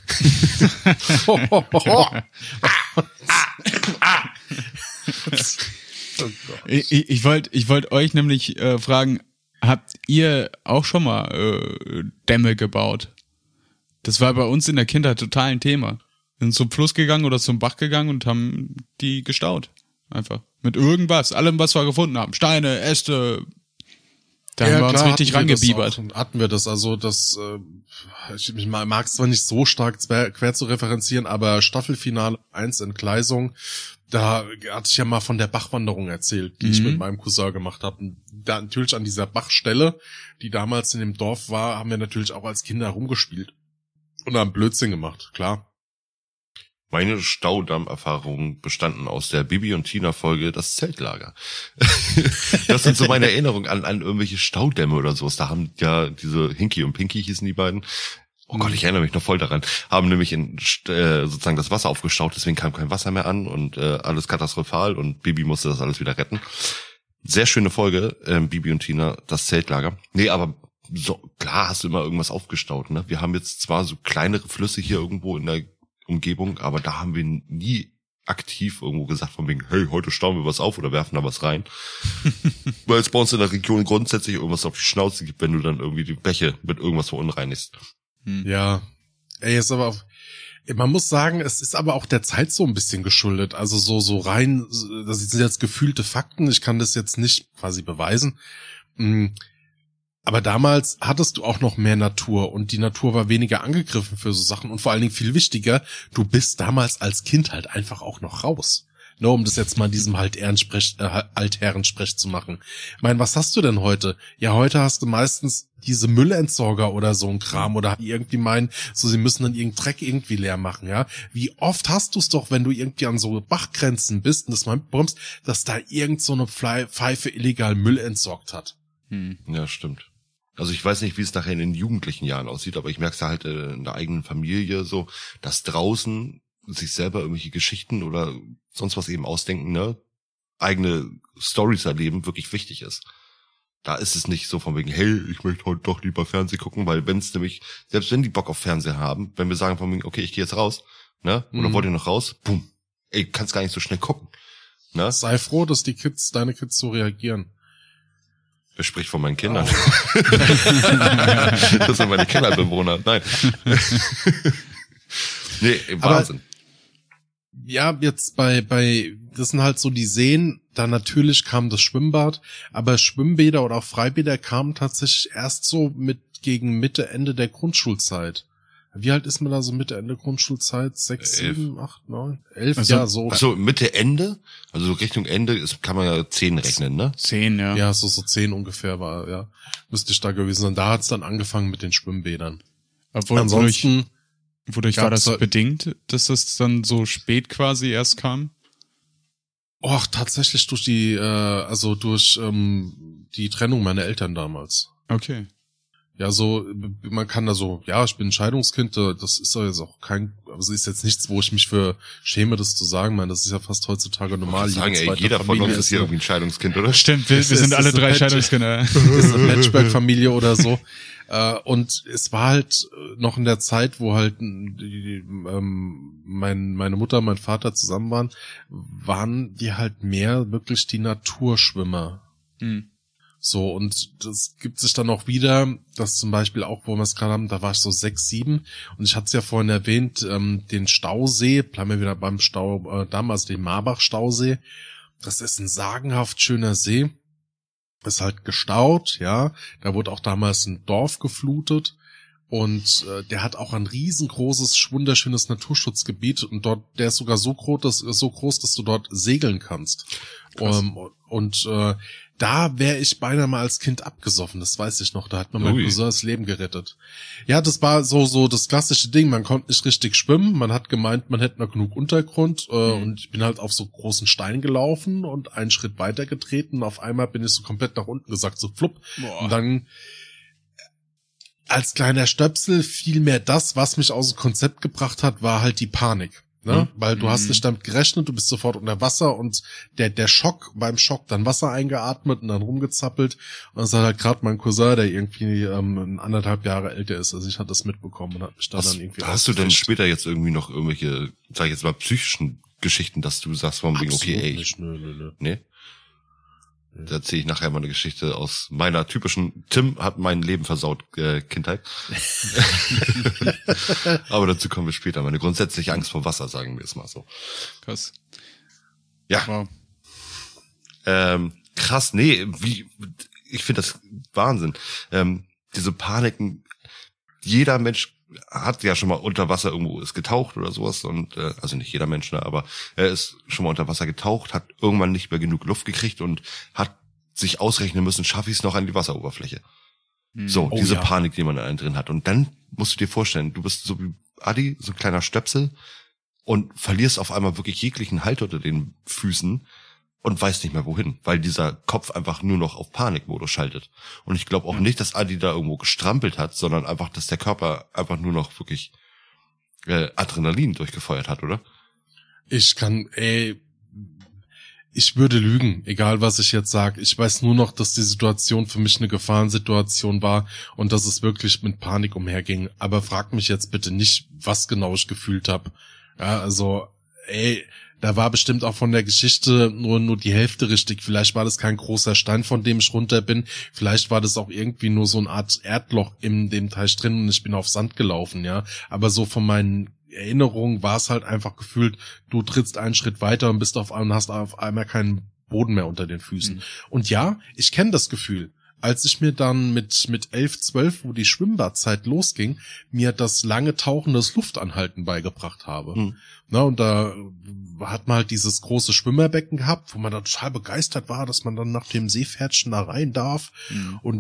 Ich, ich, ich wollte ich wollt euch nämlich äh, fragen, habt ihr auch schon mal äh, Dämme gebaut? Das war bei uns in der Kindheit total ein Thema. Wir sind zum Fluss gegangen oder zum Bach gegangen und haben die gestaut. Einfach. Mit irgendwas. Allem, was wir gefunden haben. Steine, Äste. Da haben wir uns klar, richtig hatten wir das rangebiebert. auch, hatten wir das, also das, äh, ich, ich mag es zwar nicht so stark quer, quer zu referenzieren, aber Staffelfinale eins Entgleisung, da hatte ich ja mal von der Bachwanderung erzählt, die Mhm. ich mit meinem Cousin gemacht habe. Und da natürlich an dieser Bachstelle, die damals in dem Dorf war, haben wir natürlich auch als Kinder rumgespielt und haben Blödsinn gemacht, klar. Meine Staudammerfahrungen bestanden aus der Bibi und Tina Folge Das Zeltlager. Das sind so meine Erinnerungen an, an irgendwelche Staudämme oder sowas. Da haben ja diese Hinky und Pinky hießen die beiden. Oh Gott, ich erinnere mich noch voll daran. Haben nämlich in, äh, sozusagen das Wasser aufgestaut, deswegen kam kein Wasser mehr an und äh, alles katastrophal und Bibi musste das alles wieder retten. Sehr schöne Folge, äh, Bibi und Tina, Das Zeltlager. Nee, aber so klar hast du immer irgendwas aufgestaut. Ne? Wir haben jetzt zwar so kleinere Flüsse hier irgendwo in der Umgebung, aber da haben wir nie aktiv irgendwo gesagt von wegen, hey, heute stauen wir was auf oder werfen da was rein. Weil es bei uns in der Region grundsätzlich irgendwas auf die Schnauze gibt, wenn du dann irgendwie die Bäche mit irgendwas verunreinigst. Ja, ey, ist aber auch, man muss sagen, es ist aber auch der Zeit so ein bisschen geschuldet. Also so, so rein, das sind jetzt gefühlte Fakten. Ich kann das jetzt nicht quasi beweisen. Aber damals hattest du auch noch mehr Natur und die Natur war weniger angegriffen für so Sachen und vor allen Dingen viel wichtiger, du bist damals als Kind halt einfach auch noch raus. Nur um das jetzt mal in diesem halt Ehrensprech, äh, Altherrensprech zu machen. Ich meine, was hast du denn heute? Ja, heute hast du meistens diese Müllentsorger oder so ein Kram oder die irgendwie meinen, so sie müssen dann irgendeinen Dreck irgendwie leer machen, ja. Wie oft hast du es doch, wenn du irgendwie an so Bachgrenzen bist und das mal bekommst, dass da irgend so eine Pfeife illegal Müll entsorgt hat. Hm. Ja, stimmt. Also ich weiß nicht, wie es nachher in den jugendlichen Jahren aussieht, aber ich merke es halt in der eigenen Familie so, dass draußen sich selber irgendwelche Geschichten oder sonst was eben ausdenken, ne, eigene Storys erleben, wirklich wichtig ist. Da ist es nicht so von wegen, hey, ich möchte heute doch lieber Fernsehen gucken, weil wenn es nämlich, selbst wenn die Bock auf Fernsehen haben, wenn wir sagen von wegen, okay, ich gehe jetzt raus, ne, oder Mhm. wollt ihr noch raus, bumm, ey, kannst gar nicht so schnell gucken, ne? Sei froh, dass die Kids, deine Kids so reagieren. Wer spricht von meinen Kindern? Das sind meine Kellerbewohner, nein. Nee, Wahnsinn. Ja, jetzt bei, bei, das sind halt so die Seen, da natürlich kam das Schwimmbad, aber Schwimmbäder oder auch Freibäder kamen tatsächlich erst so mit gegen Mitte, Ende der Grundschulzeit. Wie alt ist man da so Mitte, Ende Grundschulzeit? Sechs, Elf. sieben, acht, neun, elf, Also- ja, so. Ach so, Mitte, Ende? Also so Richtung Ende ist, kann man ja zehn rechnen, ne? Zehn, ja. Ja, so, so zehn ungefähr war, ja. Müsste ich da gewesen sein. Da hat's dann angefangen mit den Schwimmbädern. Obwohl, wodurch, Ansonsten, wodurch war gab's das halt- bedingt, dass das dann so spät quasi erst kam? Och, tatsächlich durch die, äh, also durch ähm, die Trennung meiner Eltern damals. Okay. Ja, so, man kann da so, ja, ich bin ein Scheidungskind, äh, das ist ja jetzt auch kein, also ist jetzt nichts, wo ich mich für schäme, das zu sagen, man, das ist ja fast heutzutage normal. Ich sagen, Jede ey, zweite jeder von Familie uns ist hier eine- irgendwie ein Scheidungskind, oder? Stimmt, wir, wir Es sind ist- alle es ist drei ein Patch. Scheidungskinder. ist eine Patchwork-Familie oder so. Äh, und es war halt noch in der Zeit, wo halt die, die, ähm, mein, meine Mutter, mein Vater zusammen waren, waren die halt mehr wirklich die Naturschwimmer. Hm. So, und das gibt sich dann auch wieder, dass zum Beispiel auch, wo wir es gerade haben, da war ich so sechs, sieben und ich hatte es ja vorhin erwähnt, ähm, den Stausee, bleiben wir wieder beim Stau, äh, damals den Marbach-Stausee, das ist ein sagenhaft schöner See, ist halt gestaut, ja, da wurde auch damals ein Dorf geflutet und äh, der hat auch ein riesengroßes, wunderschönes Naturschutzgebiet und dort, der ist sogar so groß, dass, so groß, dass du dort segeln kannst. Um, und äh, da wäre ich beinahe mal als Kind abgesoffen, das weiß ich noch, da hat mir mein Ui. Cousin das Leben gerettet. Ja, das war so so das klassische Ding, man konnte nicht richtig schwimmen, man hat gemeint, man hätte noch genug Untergrund äh, Mhm. und ich bin halt auf so großen Stein gelaufen und einen Schritt weiter getreten und auf einmal bin ich so komplett nach unten gesackt, so flupp. Boah. Und dann als kleiner Stöpsel fiel mir das, was mich aus dem Konzept gebracht hat, war halt die Panik. Ne? Mhm. Weil du hast Mhm. nicht damit gerechnet, du bist sofort unter Wasser und der der Schock, beim Schock dann Wasser eingeatmet und dann rumgezappelt. Und das hat halt gerade mein Cousin, der irgendwie ähm, anderthalb Jahre älter ist, also ich hatte das mitbekommen und hat mich da Was, dann irgendwie hast du denn rausgefischt. später jetzt irgendwie noch irgendwelche, sag ich jetzt mal, psychischen Geschichten, dass du sagst von wegen, okay, Absolut ey, nicht, nö, nö, nö. nee? Da erzähle ich nachher mal eine Geschichte aus meiner typischen, Tim hat mein Leben versaut, äh, Kindheit. Aber dazu kommen wir später. Meine grundsätzliche Angst vor Wasser, sagen wir es mal so. Krass. Ja, Wow. ähm, krass, nee, wie, ich finde das Wahnsinn. Ähm, diese Paniken, jeder Mensch hat ja schon mal unter Wasser irgendwo ist getaucht oder sowas und äh, also nicht jeder Mensch, ne, aber er ist schon mal unter Wasser getaucht, hat irgendwann nicht mehr genug Luft gekriegt und hat sich ausrechnen müssen, schaffe ich es noch an die Wasseroberfläche. Hm. So, Oh diese ja. Panik, die man da drin hat. Und dann musst du dir vorstellen, du bist so wie Adi, so ein kleiner Stöpsel und verlierst auf einmal wirklich jeglichen Halt unter den Füßen und weißt nicht mehr wohin, weil dieser Kopf einfach nur noch auf Panikmodus schaltet. Und ich glaube auch nicht, dass Adi da irgendwo gestrampelt hat, sondern einfach, dass der Körper einfach nur noch wirklich äh, Adrenalin durchgefeuert hat, oder? Ich kann, ey, ich würde lügen, egal was ich jetzt sage. Ich weiß nur noch, dass die Situation für mich eine Gefahrensituation war und dass es wirklich mit Panik umherging. Aber frag mich jetzt bitte nicht, was genau ich gefühlt habe. Ja, also, ey, da war bestimmt auch von der Geschichte nur nur die Hälfte richtig. Vielleicht war das kein großer Stein, von dem ich runter bin. Vielleicht war das auch irgendwie nur so eine Art Erdloch in dem Teich drin und ich bin auf Sand gelaufen, ja. Aber so von meinen Erinnerungen war es halt einfach gefühlt, du trittst einen Schritt weiter und bist auf einmal, hast auf einmal keinen Boden mehr unter den Füßen. Mhm. Und ja, ich kenne das Gefühl. Als ich mir dann mit mit elf, zwölf, wo die Schwimmbadzeit losging, mir das lange Tauchen, das Luftanhalten beigebracht habe. Mhm. Na, und da hat man halt dieses große Schwimmerbecken gehabt, wo man dann total begeistert war, dass man dann nach dem Seepferdchen da rein darf. Hm. Und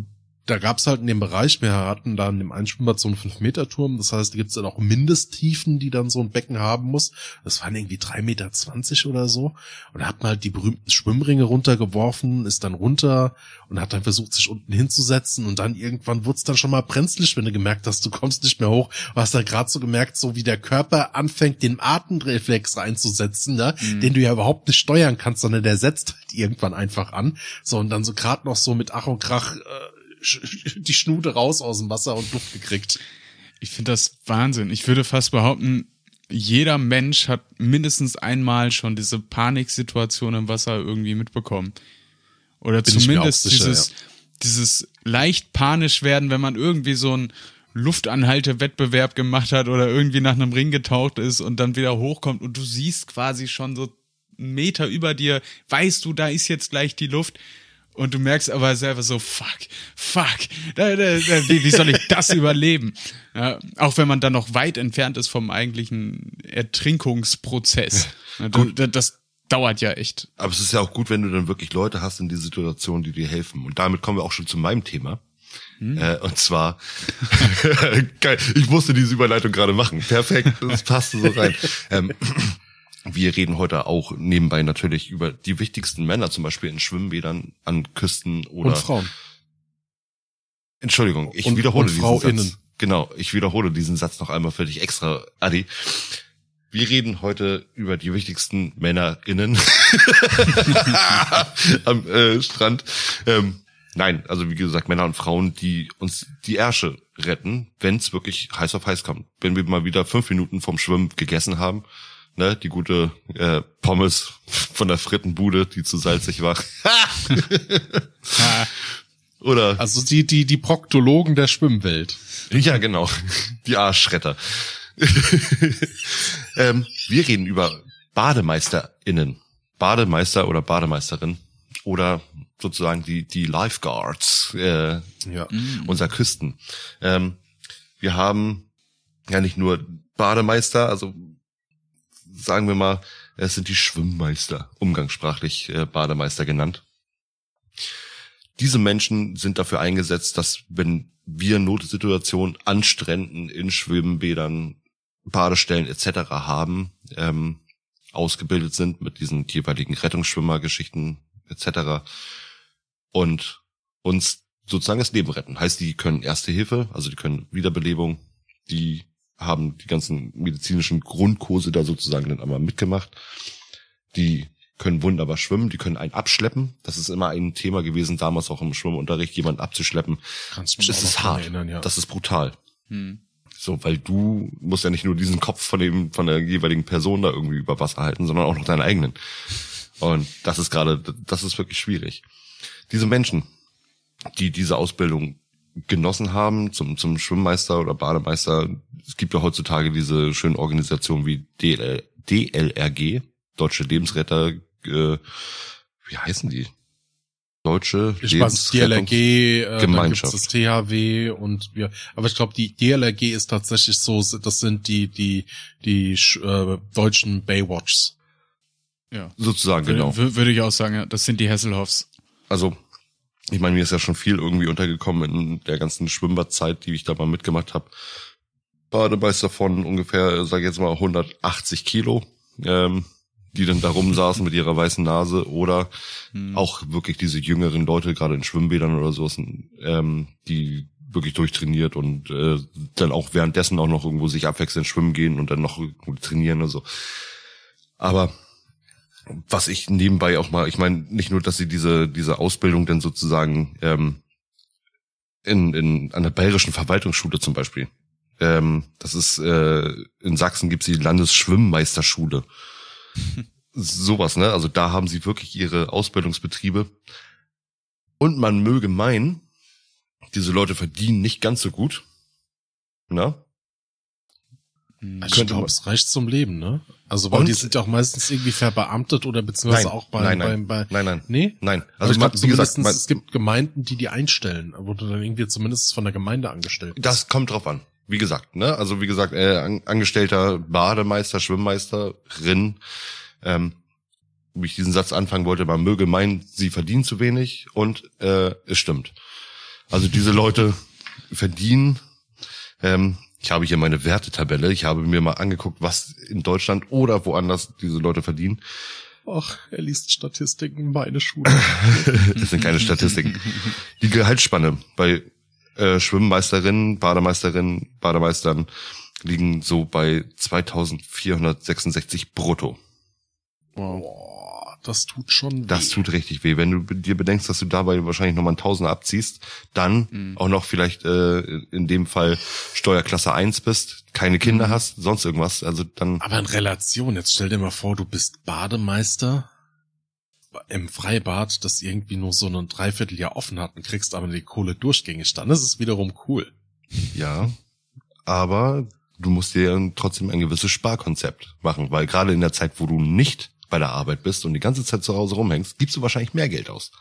da gab's halt in dem Bereich, wir hatten da in dem einen Schwimmbad so einen fünf Meter Turm, das heißt, da gibt's dann auch Mindesttiefen, die dann so ein Becken haben muss. Das waren irgendwie drei Meter zwanzig oder so. Und da hat man halt die berühmten Schwimmringe runtergeworfen, ist dann runter und hat dann versucht, sich unten hinzusetzen und dann irgendwann wurde es dann schon mal brenzlig, wenn du gemerkt hast, du kommst nicht mehr hoch. Du hast dann gerade so gemerkt, so wie der Körper anfängt, den Atemreflex reinzusetzen, ne? Mhm. Den du ja überhaupt nicht steuern kannst, sondern der setzt halt irgendwann einfach an. So, und dann so gerade noch so mit Ach und Krach äh, die Schnute raus aus dem Wasser und Luft gekriegt. Ich finde das Wahnsinn. Ich würde fast behaupten, jeder Mensch hat mindestens einmal schon diese Paniksituation im Wasser irgendwie mitbekommen. Oder Bin zumindest sicher, dieses, ja. dieses leicht panisch werden, wenn man irgendwie so einen Luftanhalte-Wettbewerb gemacht hat oder irgendwie nach einem Ring getaucht ist und dann wieder hochkommt und du siehst quasi schon so einen Meter über dir, weißt du, da ist jetzt gleich die Luft. Und du merkst aber selber so, fuck, fuck, da, da, da, wie, wie soll ich das überleben? Ja, auch wenn man dann noch weit entfernt ist vom eigentlichen Ertrinkungsprozess. Ja, das, das, das dauert ja echt. Aber es ist ja auch gut, wenn du dann wirklich Leute hast in dieser Situation, die dir helfen. Und damit kommen wir auch schon zu meinem Thema. Hm. Äh, und zwar, geil, ich musste diese Überleitung gerade machen. Perfekt, das passte so rein. ähm, Wir reden heute auch nebenbei natürlich über die wichtigsten Männer, zum Beispiel in Schwimmbädern, an Küsten oder... Und Frauen. Entschuldigung, ich und, wiederhole und diesen Frauinnen. Satz. Genau, ich wiederhole diesen Satz noch einmal für dich extra, Adi. Wir reden heute über die wichtigsten MännerInnen am äh, Strand. Ähm, nein, also wie gesagt, Männer und Frauen, die uns die Ärsche retten, wenn es wirklich heiß auf heiß kommt. Wenn wir mal wieder fünf Minuten vom Schwimmen gegessen haben, ne, die gute äh, Pommes von der Frittenbude, die zu salzig war. Oder also die die die Proktologen der Schwimmwelt. Ja, genau, die ArschRetter. ähm, wir reden über BademeisterInnen, Bademeister oder Bademeisterin oder sozusagen die die Lifeguards äh, ja. unserer Küsten. Ähm, wir haben ja nicht nur Bademeister, also sagen wir mal, es sind die Schwimmmeister, umgangssprachlich äh, Bademeister genannt. Diese Menschen sind dafür eingesetzt, dass wenn wir Notsituationen an Stränden, in Schwimmbädern, Badestellen et cetera haben, ähm, ausgebildet sind mit diesen jeweiligen Rettungsschwimmergeschichten et cetera und uns sozusagen das Leben retten. Heißt, die können Erste Hilfe, also die können Wiederbelebung, die haben die ganzen medizinischen Grundkurse da sozusagen dann einmal mitgemacht. Die können wunderbar schwimmen, die können einen abschleppen. Das ist immer ein Thema gewesen, damals auch im Schwimmunterricht, jemanden abzuschleppen. Kannst du mich das ist hart, erinnern, ja. Das ist brutal. Hm. So, weil du musst ja nicht nur diesen Kopf von dem, von der jeweiligen Person da irgendwie über Wasser halten, sondern auch noch deinen eigenen. Und das ist gerade, das ist wirklich schwierig. Diese Menschen, die diese Ausbildung genossen haben zum zum Schwimmmeister oder Bademeister. Es gibt ja heutzutage diese schönen Organisationen wie D L R G, Deutsche Lebensretter, äh, wie heißen die? Deutsche ich weiß, D L R G, äh, Gemeinschaft. Dann gibt's das T H W und wir, aber ich glaube, die D L R G ist tatsächlich so, das sind die die die äh, deutschen Baywatchs. Ja, sozusagen, Würde, genau. Würde ich auch sagen, ja, das sind die Hasselhoffs. Also ich meine, mir ist ja schon viel irgendwie untergekommen in der ganzen Schwimmbadzeit, die ich da mal mitgemacht habe. Bademeister von ungefähr, sag ich jetzt mal, hundertachtzig Kilo, ähm, die dann da rumsaßen mit ihrer weißen Nase oder hm. auch wirklich diese jüngeren Leute, gerade in Schwimmbädern oder sowas, ähm, die wirklich durchtrainiert und äh, dann auch währenddessen auch noch irgendwo sich abwechselnd schwimmen gehen und dann noch trainieren und so. Aber was ich nebenbei auch mal, ich meine, nicht nur, dass sie diese diese Ausbildung dann sozusagen ähm, in in an der Bayerischen Verwaltungsschule zum Beispiel, ähm, das ist äh, in Sachsen gibt's die Landesschwimmmeisterschule, sowas, ne? Also da haben sie wirklich ihre Ausbildungsbetriebe und man möge meinen, diese Leute verdienen nicht ganz so gut, na? Also ich glaube, es reicht zum Leben, ne? Also, weil und? Die sind ja auch meistens irgendwie verbeamtet oder beziehungsweise nein, auch bei, nein, nein, bei, bei, nein, nein, nee? Nein. Also, ich glaube, zumindest, gesagt, es gibt Gemeinden, die die einstellen, wo du dann irgendwie zumindest von der Gemeinde angestellt bist. Das kommt drauf an. Wie gesagt, ne? Also, wie gesagt, äh, an, Angestellter, Bademeister, Schwimmmeisterin, ähm, wie ich diesen Satz anfangen wollte, man möge meinen, sie verdienen zu wenig und, äh, es stimmt. Also diese Leute verdienen, ähm, ich habe hier meine Wertetabelle, ich habe mir mal angeguckt, was in Deutschland oder woanders diese Leute verdienen. Ach, er liest Statistiken, meine Schule. Das sind keine Statistiken. Die Gehaltsspanne bei äh, Schwimmmeisterinnen, Bademeisterinnen, Bademeistern liegen so bei zweitausendvierhundertsechsundsechzig brutto. Wow. Boah, das tut schon weh. Das tut richtig weh. Wenn du dir bedenkst, dass du dabei wahrscheinlich nochmal einen Tausender abziehst, dann mhm. auch noch vielleicht äh, in dem Fall Steuerklasse eins bist, keine Kinder mhm. hast, sonst irgendwas. Also dann. Aber in Relation, jetzt stell dir mal vor, du bist Bademeister im Freibad, das irgendwie nur so ein Dreivierteljahr offen hat und kriegst aber die Kohle durchgängig. Dann ist es wiederum cool. Ja, aber du musst dir trotzdem ein gewisses Sparkonzept machen, weil gerade in der Zeit, wo du nicht bei der Arbeit bist und die ganze Zeit zu Hause rumhängst, gibst du wahrscheinlich mehr Geld aus.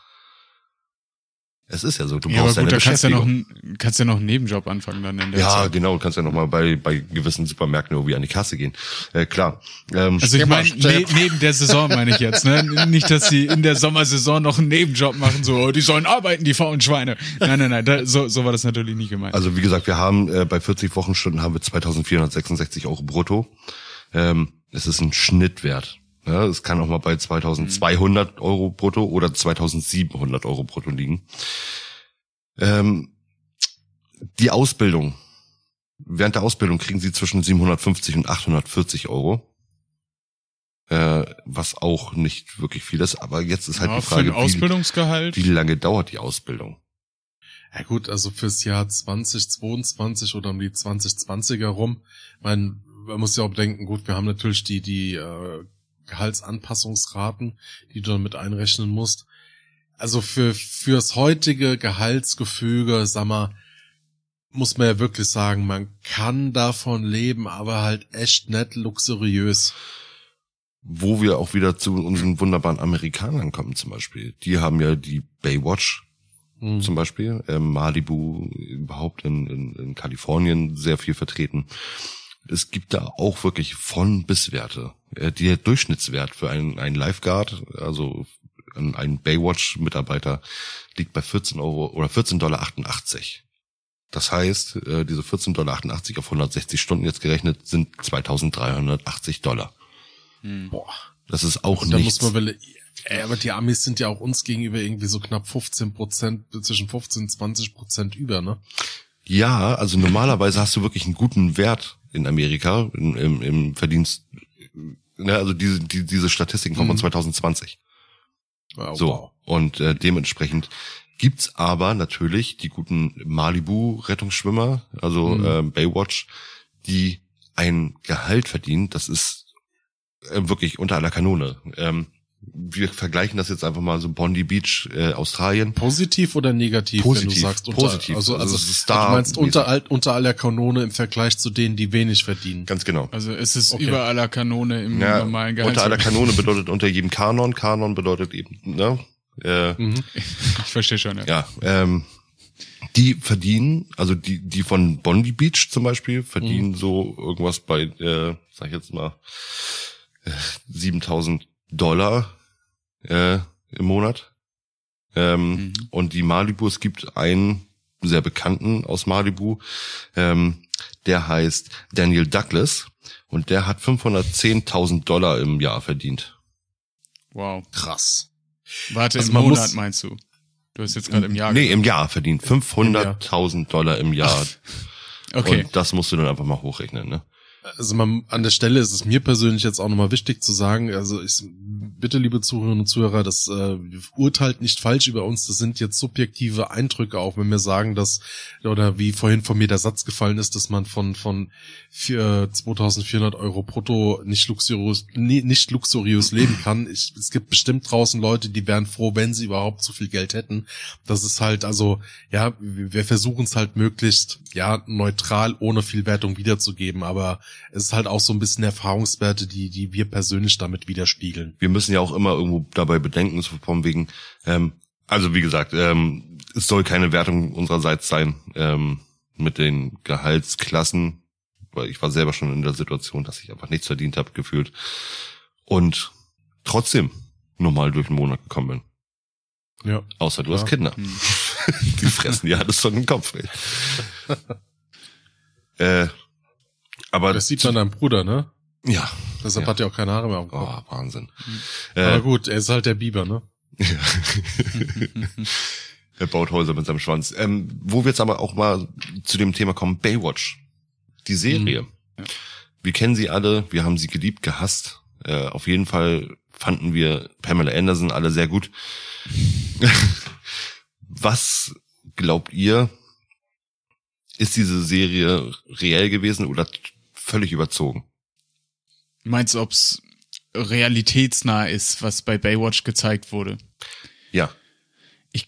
Es ist ja so, du ja, brauchst aber gut, deine da kannst ja noch Beschäftigung. einen, kannst ja noch einen Nebenjob anfangen dann in der Ja, Zeit. genau, du kannst ja noch mal bei bei gewissen Supermärkten irgendwie an die Kasse gehen. Äh, klar. Ähm, also ich meine, ne, neben der Saison meine ich jetzt, ne? Nicht, dass sie in der Sommersaison noch einen Nebenjob machen, so, oh, die sollen arbeiten, die faulen Schweine. Nein, nein, nein, da, so, so war das natürlich nicht gemeint. Also wie gesagt, wir haben äh, bei vierzig Wochenstunden haben wir zweitausendvierhundertsechsundsechzig Euro brutto. Ähm, es ist ein Schnittwert. Ja, es kann auch mal bei zweitausendzweihundert Euro brutto oder zweitausendsiebenhundert Euro brutto liegen. Ähm, die Ausbildung. Während der Ausbildung kriegen sie zwischen siebenhundertfünfzig und achthundertvierzig Euro. Äh, was auch nicht wirklich viel ist. Aber jetzt ist halt ja, die Frage, für ein Ausbildungsgehalt? Wie, wie lange dauert die Ausbildung? Ja gut, also fürs Jahr zweitausendzweiundzwanzig oder um die zwanzig zwanziger rum. Man, man muss ja auch bedenken, gut, wir haben natürlich die, die äh, Gehaltsanpassungsraten, die du dann mit einrechnen musst. Also für fürs heutige Gehaltsgefüge, sag mal, muss man ja wirklich sagen, man kann davon leben, aber halt echt nicht luxuriös. Wo wir auch wieder zu unseren wunderbaren Amerikanern kommen zum Beispiel. Die haben ja die Baywatch hm. zum Beispiel, äh, Malibu überhaupt in, in, in Kalifornien sehr viel vertreten. Es gibt da auch wirklich von bis Werte. Äh, der Durchschnittswert für einen, einen Lifeguard, also ein Baywatch-Mitarbeiter, liegt bei vierzehn Euro oder vierzehn Dollar achtundachtzig. Das heißt, diese vierzehn Dollar achtundachtzig auf hundertsechzig Stunden jetzt gerechnet sind zweitausenddreihundertachtzig Dollar. Hm. Boah. Das ist auch und da nichts. muss man will, äh, aber die Amis sind ja auch uns gegenüber irgendwie so knapp fünfzehn Prozent, zwischen fünfzehn und zwanzig Prozent über, ne? Ja, also normalerweise hast du wirklich einen guten Wert in Amerika im, im, im Verdienst. Ne, also diese die, diese Statistiken kommen hm. von zweitausendzwanzig. Oh, so, wow. und äh, dementsprechend gibt's aber natürlich die guten Malibu-Rettungsschwimmer, also mhm. äh, Baywatch, die ein Gehalt verdienen, das ist äh, wirklich unter aller Kanone. Ähm, wir vergleichen das jetzt einfach mal so Bondi Beach, äh, Australien. Positiv oder negativ, positiv, wenn du sagst unter, positiv. Also, also, also, also du meinst unter, all, unter aller Kanone im Vergleich zu denen, die wenig verdienen. Ganz genau. Also es ist okay. Über aller Kanone im ja, normalen Gehalt. Unter aller Kanone bedeutet unter jedem Kanon. Kanon bedeutet eben, ne? Äh, mhm. Ich verstehe schon, ja. Ja, ähm, die verdienen, also die die von Bondi Beach zum Beispiel, verdienen mhm. so irgendwas bei, äh, sag ich jetzt mal, äh, siebentausend Dollar äh, im Monat. Ähm, mhm. Und die Malibu, es gibt einen sehr bekannten aus Malibu, ähm, der heißt Daniel Douglas und der hat fünfhundertzehntausend Dollar im Jahr verdient. Wow. Krass. Warte, also im Monat meinst du? Du hast jetzt gerade im Jahr Nee, gesagt. im Jahr verdient. fünfhunderttausend Dollar im Jahr. Okay. Und das musst du dann einfach mal hochrechnen, ne? Also man, an der Stelle ist es mir persönlich jetzt auch nochmal wichtig zu sagen, also ich bitte, liebe Zuhörerinnen und Zuhörer, das äh, urteilt nicht falsch über uns, das sind jetzt subjektive Eindrücke, auch wenn wir sagen, dass, oder wie vorhin von mir der Satz gefallen ist, dass man von von zweitausendvierhundert Euro brutto nicht luxuriös, nie, nicht luxuriös leben kann. Ich, es gibt bestimmt draußen Leute, die wären froh, wenn sie überhaupt so viel Geld hätten. Das ist halt, also, ja, wir versuchen es halt möglichst, ja, neutral, ohne viel Wertung wiederzugeben, aber es ist halt auch so ein bisschen Erfahrungswerte, die die wir persönlich damit widerspiegeln. Wir müssen ja auch immer irgendwo dabei bedenken, so von wegen, ähm, also wie gesagt, ähm, es soll keine Wertung unsererseits sein ähm, mit den Gehaltsklassen, weil ich war selber schon in der Situation, dass ich einfach nichts verdient habe, gefühlt. Und trotzdem normal durch den Monat gekommen bin. Ja. Außer du ja. hast Kinder. Hm. Die fressen ja alles von den Kopf. äh, aber Das sieht man deinem Bruder, ne? Ja. Deshalb ja. hat er auch keine Haare mehr am Kopf. Oh, Wahnsinn. Mhm. Aber äh, gut, er ist halt der Biber, ne? Ja. Er baut Häuser mit seinem Schwanz. Ähm, wo wir jetzt aber auch mal zu dem Thema kommen, Baywatch. Die Serie. Mhm. Ja. Wir kennen sie alle, wir haben sie geliebt, gehasst. Äh, auf jeden Fall fanden wir Pamela Anderson alle sehr gut. Was glaubt ihr, ist diese Serie reell gewesen oder völlig überzogen? Meinst du, ob's realitätsnah ist, was bei Baywatch gezeigt wurde? Ja. Ich,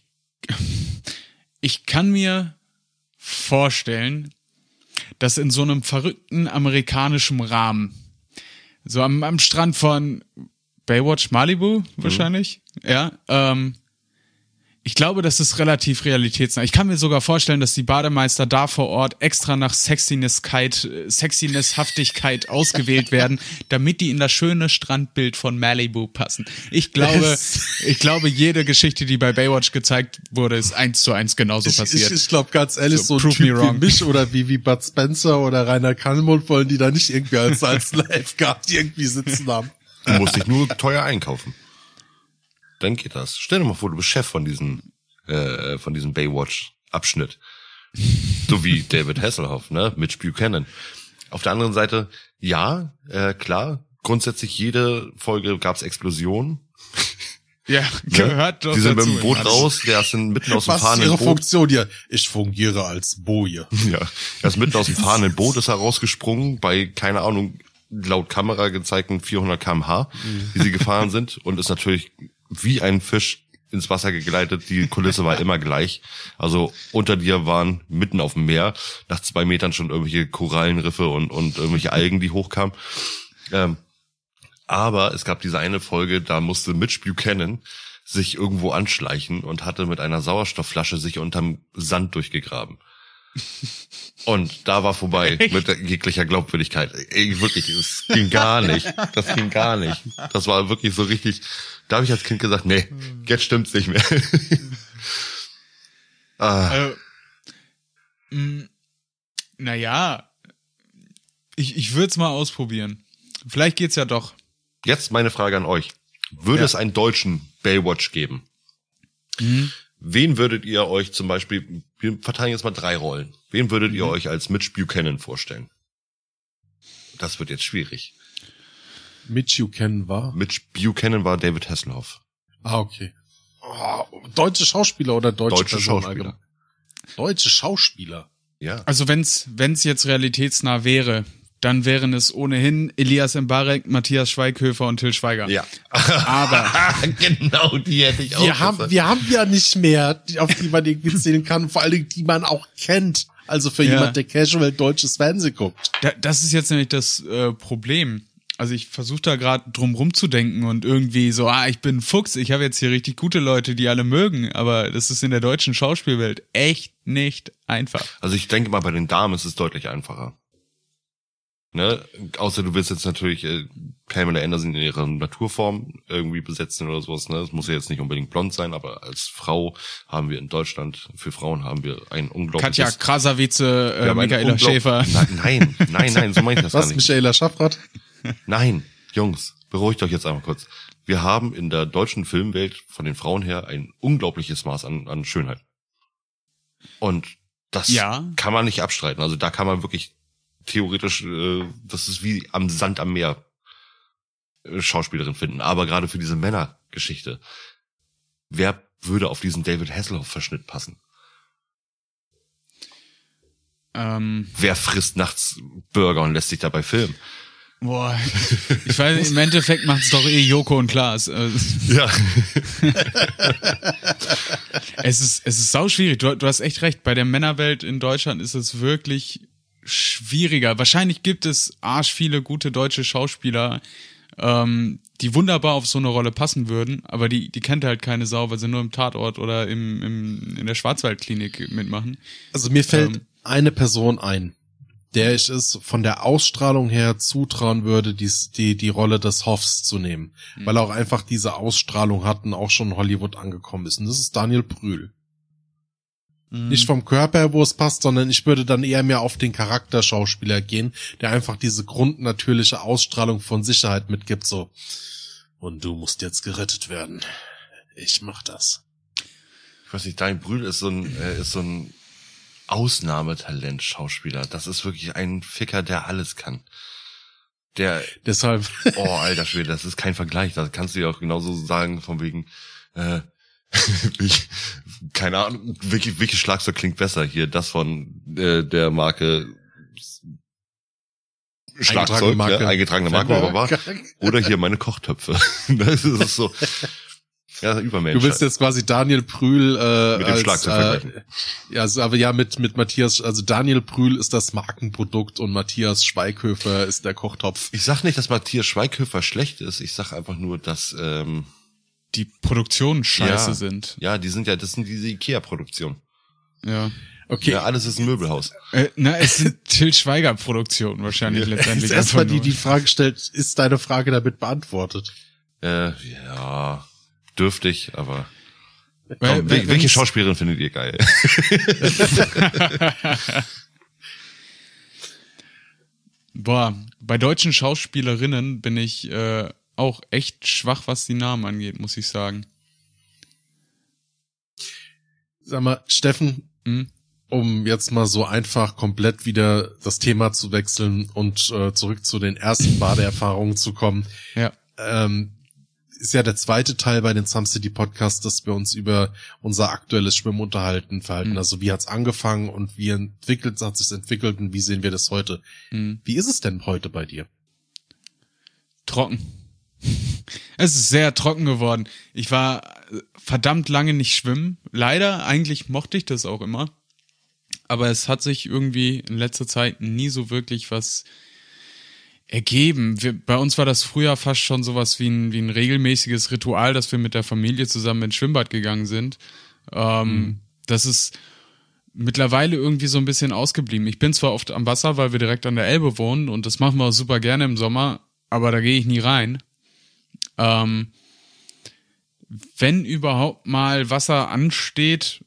ich kann mir vorstellen, dass in so einem verrückten amerikanischen Rahmen, so am, am Strand von Baywatch Malibu wahrscheinlich, mhm. ja, ähm, ich glaube, das ist relativ realitätsnah. Ich kann mir sogar vorstellen, dass die Bademeister da vor Ort extra nach Sexinesskeit, Sexiness-Haftigkeit ausgewählt werden, damit die in das schöne Strandbild von Malibu passen. Ich glaube, ich glaube, jede Geschichte, die bei Baywatch gezeigt wurde, ist eins zu eins genauso ich, passiert. Ich, ich glaube ganz ehrlich, so, so ein Typ wie mich oder wie, wie Bud Spencer oder Rainer Kallmund wollen die da nicht irgendwie als, als Lifeguard irgendwie sitzen haben. Du musst dich nur teuer einkaufen. Dann geht das. Stell dir mal vor, du bist Chef von diesem, äh, von diesem Baywatch-Abschnitt. So wie David Hasselhoff, ne? Mitch Buchanan. Auf der anderen Seite, ja, äh, klar, grundsätzlich jede Folge gab's Explosionen. Ja, gehört doch Die sind dazu. mit dem Boot raus, der ist mitten aus dem Was fahrenden ist ihre Boot. Funktion hier? Ich fungiere als Boje. Ja, er ist mitten aus dem fahrenden Boot, ist er rausgesprungen, bei, keine Ahnung, laut Kamera gezeigten vierhundert Kilometer pro Stunde, wie sie gefahren sind, und ist natürlich wie ein Fisch ins Wasser gegleitet. Die Kulisse war immer gleich. Also unter dir waren mitten auf dem Meer nach zwei Metern schon irgendwelche Korallenriffe und, und irgendwelche Algen, die hochkamen. Ähm, aber es gab diese eine Folge, da musste Mitch Buchanan sich irgendwo anschleichen und hatte mit einer Sauerstoffflasche sich unterm Sand durchgegraben. Und da war vorbei Echt? Mit jeglicher Glaubwürdigkeit. Ey, wirklich, das ging gar nicht. Das ging gar nicht. Das war wirklich so richtig. Da habe ich als Kind gesagt, nee, jetzt stimmt's nicht mehr. ah. Also, mh, naja, ich, ich würde es mal ausprobieren. Vielleicht geht's ja doch. Jetzt meine Frage an euch. Würde ja. es einen deutschen Baywatch geben? Mhm. Wen würdet ihr euch zum Beispiel, wir verteilen jetzt mal drei Rollen, wen würdet ihr mhm. euch als Mitch Buchanan vorstellen? Das wird jetzt schwierig. Mitch Buchanan war? Mitch Buchanan war David Hasselhoff. Ah, okay. Oh, deutsche Schauspieler oder deutsche, deutsche Schauspieler? Deutsche Schauspieler. Ja. Also wenn's wenn's jetzt realitätsnah wäre, dann wären es ohnehin Elias Mbarek, Matthias Schweighöfer und Til Schweiger. Ja. Aber genau, die hätte ich auch wir haben, wir haben ja nicht mehr, auf die man irgendwie zählen kann, vor allen Dingen, die man auch kennt. Also für ja. jemand, der casual deutsches Fernsehen guckt. Da, das ist jetzt nämlich das äh, Problem. Also ich versuche da gerade drum rumzudenken und irgendwie so, ah, ich bin ein Fuchs, ich habe jetzt hier richtig gute Leute, die alle mögen, aber das ist in der deutschen Schauspielwelt echt nicht einfach. Also ich denke mal, bei den Damen ist es deutlich einfacher. Ne? Außer du willst jetzt natürlich äh, Pamela Anderson in ihrer Naturform irgendwie besetzen oder sowas. Ne? Das muss ja jetzt nicht unbedingt blond sein, aber als Frau haben wir in Deutschland, für Frauen haben wir ein unglaubliches... Katja Krasavice, äh, Michaela Schäfer. Nein, nein, nein, nein, so meine ich das Was, gar nicht. Michaela Schaffrath? Nein, Jungs, beruhigt euch jetzt einmal kurz. Wir haben in der deutschen Filmwelt von den Frauen her ein unglaubliches Maß an, an Schönheit. Und das ja. kann man nicht abstreiten. Also da kann man wirklich theoretisch, äh, das ist wie am Sand am Meer äh, Schauspielerin finden. Aber gerade für diese Männergeschichte, wer würde auf diesen David Hasselhoff-Verschnitt passen? Ähm, wer frisst nachts Burger und lässt sich dabei filmen? Boah, ich weiß, im Endeffekt macht's doch eh Joko und Klaas. Ja. es ist, es ist sau schwierig. Du, du hast echt recht. Bei der Männerwelt in Deutschland ist es wirklich schwieriger. Wahrscheinlich gibt es arsch viele gute deutsche Schauspieler, ähm, die wunderbar auf so eine Rolle passen würden, aber die, die kennt halt keine Sau, weil sie nur im Tatort oder im, im, in der Schwarzwaldklinik mitmachen. Also mir fällt ähm, eine Person ein, der ich es von der Ausstrahlung her zutrauen würde, die, die, die Rolle des Hoffs zu nehmen. Mhm. Weil er auch einfach diese Ausstrahlung hat und auch schon in Hollywood angekommen ist. Und das ist Daniel Brühl. Nicht vom Körper her, wo es passt, sondern ich würde dann eher mehr auf den Charakterschauspieler gehen, der einfach diese grundnatürliche Ausstrahlung von Sicherheit mitgibt, so. Und du musst jetzt gerettet werden. Ich mach das. Ich weiß nicht, Daniel Brühl ist so ein, äh, ist so ein Ausnahmetalent Schauspieler. Das ist wirklich ein Ficker, der alles kann. Der, Deshalb. oh, alter Schwede, das ist kein Vergleich. Das kannst du ja auch genauso sagen, von wegen, äh, ich, keine Ahnung, wirklich, wirklich Schlagzeug klingt besser hier. Das von äh, der Marke Schlagzeug, Marke. Ja, eingetragene Marke, aber war. Oder hier meine Kochtöpfe. Das ist so, ja, Übermensch. Du willst jetzt quasi Daniel Brühl äh, mit dem als, Schlagzeug äh, vergleichen. Ja, also, aber ja, mit mit Matthias, also Daniel Brühl ist das Markenprodukt und Matthias Schweighöfer ist der Kochtopf. Ich sag nicht, dass Matthias Schweighöfer schlecht ist. Ich sag einfach nur, dass ähm, Die Produktionen scheiße ja, sind. Ja, die sind ja, das sind diese Ikea-Produktionen. Ja. Okay. Ja, alles ist ein Möbelhaus. Äh, na, es sind Till Schweiger Produktionen wahrscheinlich letztendlich. Jetzt erstmal einfach die nur. die Frage stellt, ist deine Frage damit beantwortet? Äh, ja, dürftig, aber Weil- komm, weil- wel- welche wenn's- Schauspielerin findet ihr geil? Boah, bei deutschen Schauspielerinnen bin ich äh, auch echt schwach, was die Namen angeht, muss ich sagen. Sag mal, Steffen, Hm? um jetzt mal so einfach komplett wieder das Thema zu wechseln und äh, zurück zu den ersten Badeerfahrungen zu kommen. Ja. Ähm, ist ja der zweite Teil bei den Some City Podcasts, dass wir uns über unser aktuelles Schwimmen unterhalten, verhalten. Mhm. Also wie hat's angefangen und wie entwickelt hat sich's entwickelt und wie sehen wir das heute? Hm. Wie ist es denn heute bei dir? Trocken. Es ist sehr trocken geworden. Ich war verdammt lange nicht schwimmen. Leider, eigentlich mochte ich das auch immer. Aber es hat sich irgendwie in letzter Zeit nie so wirklich was ergeben. Wir, bei uns war das früher fast schon sowas wie ein, wie ein regelmäßiges Ritual, dass wir mit der Familie zusammen ins Schwimmbad gegangen sind. Ähm, mhm. Das ist mittlerweile irgendwie so ein bisschen ausgeblieben. Ich bin zwar oft am Wasser, weil wir direkt an der Elbe wohnen und das machen wir auch super gerne im Sommer, aber da gehe ich nie rein. Ähm, wenn überhaupt mal Wasser ansteht,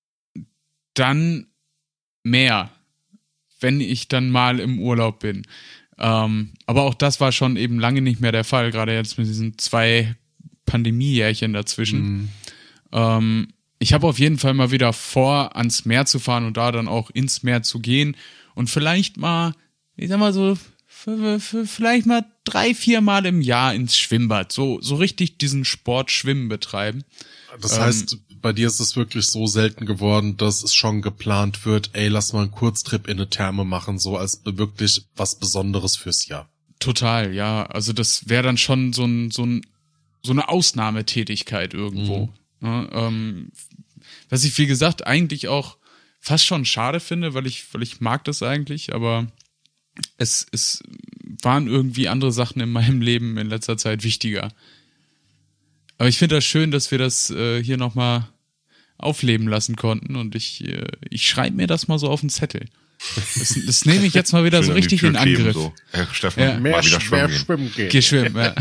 dann mehr, wenn ich dann mal im Urlaub bin. Ähm, aber auch das war schon eben lange nicht mehr der Fall, gerade jetzt mit diesen zwei Pandemiejährchen dazwischen. Mhm. Ähm, ich habe auf jeden Fall mal wieder vor, ans Meer zu fahren und da dann auch ins Meer zu gehen und vielleicht mal, ich sag mal so, für, für, vielleicht mal drei, vier Mal im Jahr ins Schwimmbad, so so richtig diesen Sport Schwimmen betreiben. Das heißt, ähm, bei dir ist es wirklich so selten geworden, dass es schon geplant wird, ey, lass mal einen Kurztrip in eine Therme machen, so als wirklich was Besonderes fürs Jahr. Total, ja. Also das wäre dann schon so ein so ein so eine Ausnahmetätigkeit irgendwo. Mhm. Ja, ähm, was ich, wie gesagt, eigentlich auch fast schon schade finde, weil ich weil ich mag das eigentlich, aber es es waren irgendwie andere Sachen in meinem Leben in letzter Zeit wichtiger. Aber ich finde das schön, dass wir das äh, hier nochmal aufleben lassen konnten und ich äh, ich schreibe mir das mal so auf den Zettel. Das, das nehme ich jetzt mal wieder so richtig in Angriff. So. Herr Steffen, Ja. mal wieder schwimmen gehen. schwimmen gehen. Geh schwimmen, ja.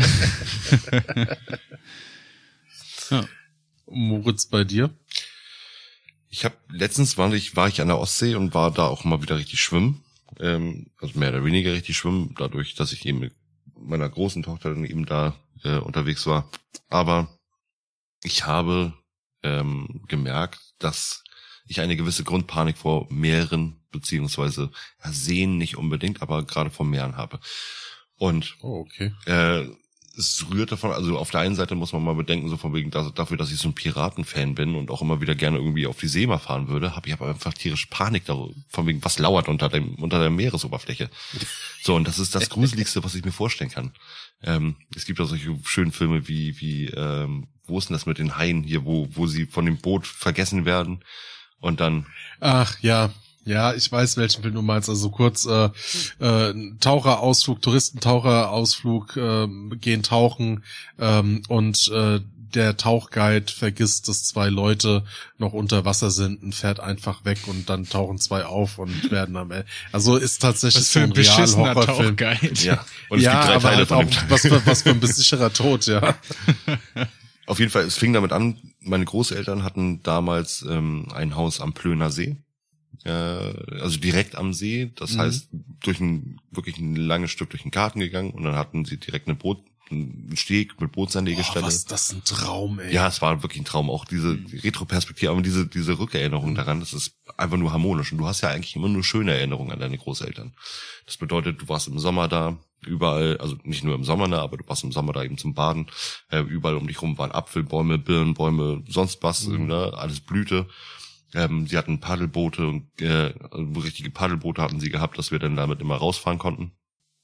Ja. Moritz, bei dir? Ich habe letztens war ich war ich an der Ostsee und war da auch mal wieder richtig schwimmen, ähm, also mehr oder weniger richtig schwimmen, dadurch, dass ich eben mit meiner großen Tochter dann eben da äh, unterwegs war. Aber ich habe ähm, gemerkt, dass ich eine gewisse Grundpanik vor Meeren beziehungsweise ja, Seen nicht unbedingt, aber gerade vor Meeren habe. Und Oh, okay. äh, es rührt davon, also auf der einen Seite muss man mal bedenken, so von wegen dass, dafür, dass ich so ein Piratenfan bin und auch immer wieder gerne irgendwie auf die See mal fahren würde, habe ich aber einfach tierisch Panik darüber, von wegen, was lauert unter dem unter der Meeresoberfläche. So, und das ist das Gruseligste, was ich mir vorstellen kann. Ähm, es gibt ja solche schönen Filme wie, wie ähm, wo ist denn das mit den Haien hier, wo wo sie von dem Boot vergessen werden und dann Ach, ja. Ja, ich weiß, welchen Film du meinst. Also kurz äh, äh, Taucherausflug, Touristentaucherausflug, äh, gehen tauchen ähm, und äh, der Tauchguide vergisst, dass zwei Leute noch unter Wasser sind und fährt einfach weg und dann tauchen zwei auf und werden am Ende. Also ist tatsächlich Was so für ein ein beschissener Real-Horrorfilm. Tauchguide. ja, und es Ja, gibt drei aber Teile halt von auch dem. was für, was für ein sicherer Tod, ja. Auf jeden Fall, es fing damit an, meine Großeltern hatten damals ähm, ein Haus am Plöner See. Äh, also direkt am See. Das mhm. heißt, durch ein wirklich ein langes Stück durch den Garten gegangen und dann hatten sie direkt eine Boot, einen Steg mit Bootsanlegestelle. Boah, was ist das ein Traum, ey. Ja, es war wirklich ein Traum. Auch diese Retro-Perspektive, aber diese, diese Rückerinnerung daran, das ist einfach nur harmonisch. Und du hast ja eigentlich immer nur schöne Erinnerungen an deine Großeltern. Das bedeutet, du warst im Sommer da, überall, also nicht nur im Sommer da, aber du warst im Sommer da eben zum Baden. Äh, überall um dich rum waren Apfelbäume, Birnenbäume, sonst was, mhm. ne? Alles Blüte. Ähm, sie hatten Paddelboote und äh, also richtige Paddelboote hatten sie gehabt, dass wir dann damit immer rausfahren konnten.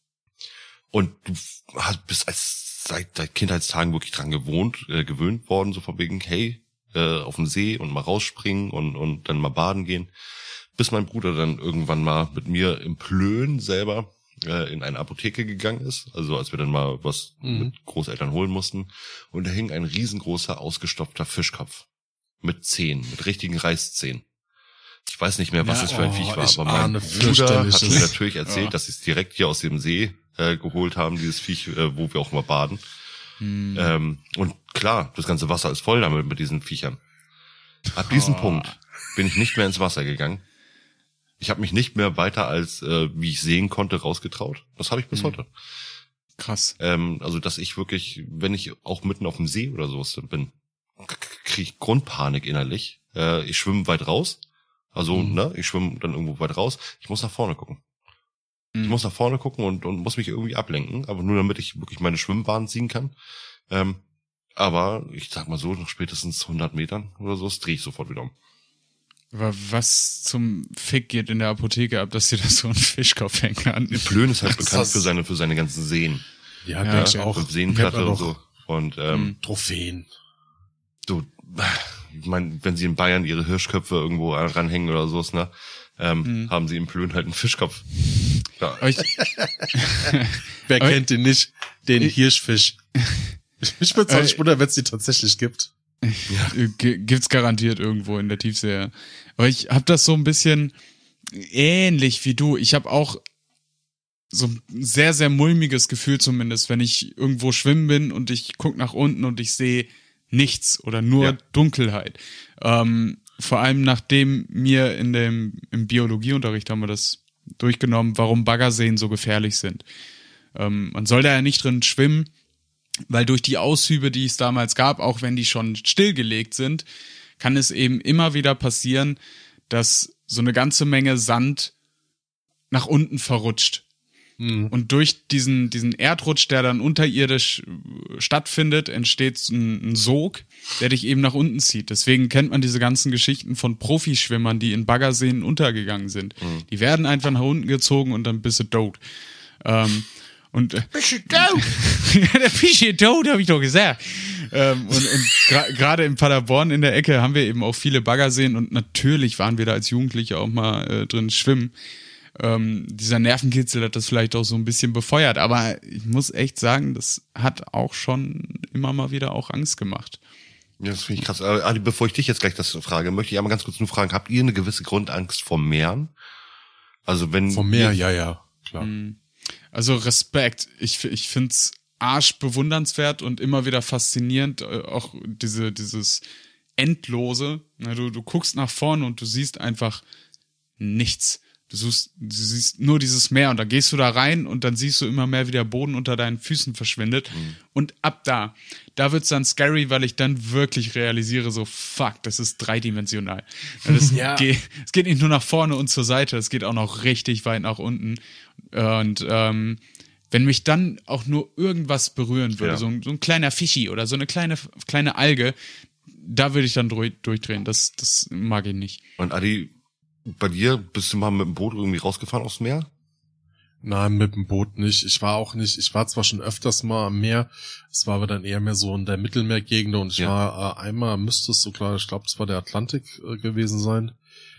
Und du hast, bist als seit, seit Kindheitstagen wirklich dran gewohnt, äh, gewöhnt worden, so von wegen, hey, äh, auf dem See und mal rausspringen und und dann mal baden gehen. Bis mein Bruder dann irgendwann mal mit mir im Plön selber äh, in eine Apotheke gegangen ist, also als wir dann mal was mhm. mit Großeltern holen mussten. Und da hing ein riesengroßer, ausgestopfter Fischkopf. Mit Zehen, mit richtigen Reißzähnen. Ich weiß nicht mehr, was ja, es für ein oh, Viech war, aber mein Bruder hat mir natürlich erzählt, ja. dass sie es direkt hier aus dem See äh, geholt haben, dieses Viech, äh, wo wir auch mal baden. Hm. Ähm, und klar, das ganze Wasser ist voll damit, mit diesen Viechern. Ab diesem oh. Punkt bin ich nicht mehr ins Wasser gegangen. Ich habe mich nicht mehr weiter als, äh, wie ich sehen konnte, rausgetraut. Das habe ich bis hm. heute. Krass. Ähm, also, dass ich wirklich, wenn ich auch mitten auf dem See oder sowas bin, kriege ich Grundpanik innerlich. Äh, ich schwimme weit raus. Also, mhm. ne, ich schwimme dann irgendwo weit raus. Ich muss nach vorne gucken. Mhm. Ich muss nach vorne gucken und, und muss mich irgendwie ablenken, aber nur damit ich wirklich meine Schwimmbahn ziehen kann. Ähm, aber ich sag mal so, nach spätestens hundert Metern oder so, das drehe ich sofort wieder um. Aber was zum Fick geht in der Apotheke ab, dass dir da so ein Fischkopf hängen kann? Plön ist halt bekannt für seine, für seine ganzen Seen. Ja, ja, ja auch. Seenplatte und so. Und, ähm, mhm. Trophäen. Du, ich meine, wenn sie in Bayern ihre Hirschköpfe irgendwo ranhängen oder sowas, ne, ähm, hm. haben sie im Plön halt einen Fischkopf. Ja. Ich, Wer kennt den nicht? Den ich, Hirschfisch. Ich würde zwar nicht wundern, wenn es die tatsächlich gibt. Ja. Gibt's garantiert irgendwo in der Tiefsee. Aber ich habe das so ein bisschen ähnlich wie du. Ich habe auch so ein sehr, sehr mulmiges Gefühl zumindest, wenn ich irgendwo schwimmen bin und ich guck nach unten und ich sehe nichts oder nur ja. Dunkelheit. Ähm, vor allem nachdem mir in dem im Biologieunterricht haben wir das durchgenommen, warum Baggerseen so gefährlich sind. Ähm, man soll da ja nicht drin schwimmen, weil durch die Aushübe, die es damals gab, auch wenn die schon stillgelegt sind, kann es eben immer wieder passieren, dass so eine ganze Menge Sand nach unten verrutscht. Mhm. Und durch diesen diesen Erdrutsch, der dann unterirdisch stattfindet, entsteht ein, ein Sog, der dich eben nach unten zieht. Deswegen kennt man diese ganzen Geschichten von Profischwimmern, die in Baggerseen untergegangen sind. Mhm. Die werden einfach nach unten gezogen und dann bist du tot. Ähm, und bist du tot? Ja, der bist du tot, habe ich doch gesagt. Ähm, und und gerade gra- in Paderborn in der Ecke haben wir eben auch viele Baggerseen und natürlich waren wir da als Jugendliche auch mal äh, drin schwimmen. Ähm, dieser Nervenkitzel hat das vielleicht auch so ein bisschen befeuert, aber ich muss echt sagen, das hat auch schon immer mal wieder auch Angst gemacht. Ja, das finde ich krass. Aber Adi, bevor ich dich jetzt gleich das frage, möchte ich einmal ganz kurz nur fragen, habt ihr eine gewisse Grundangst vor Meeren? Also wenn... Vom Meer, ja, ja, klar. Also Respekt. Ich, ich find's arschbewundernswert und immer wieder faszinierend, auch diese, dieses Endlose. Du, du guckst nach vorne und du siehst einfach nichts. Du suchst, du siehst nur dieses Meer und dann gehst du da rein und dann siehst du immer mehr, wie der Boden unter deinen Füßen verschwindet. Mhm. Und ab da, da wird's dann scary, weil ich dann wirklich realisiere, so fuck, das ist dreidimensional. Das ja. geht, es geht nicht nur nach vorne und zur Seite, es geht auch noch richtig weit nach unten. Und ähm, wenn mich dann auch nur irgendwas berühren würde, ja. so, ein, so ein kleiner Fischi oder so eine kleine kleine Alge, da würde ich dann durchdrehen. Das, das mag ich nicht. Und Adi, bei dir, bist du mal mit dem Boot irgendwie rausgefahren aufs Meer? Nein, mit dem Boot nicht. Ich war auch nicht, ich war zwar schon öfters mal am Meer, es war aber dann eher mehr so in der Mittelmeergegend und ich ja. war äh, einmal, müsste es so klar, ich glaube, es war der Atlantik äh, gewesen sein.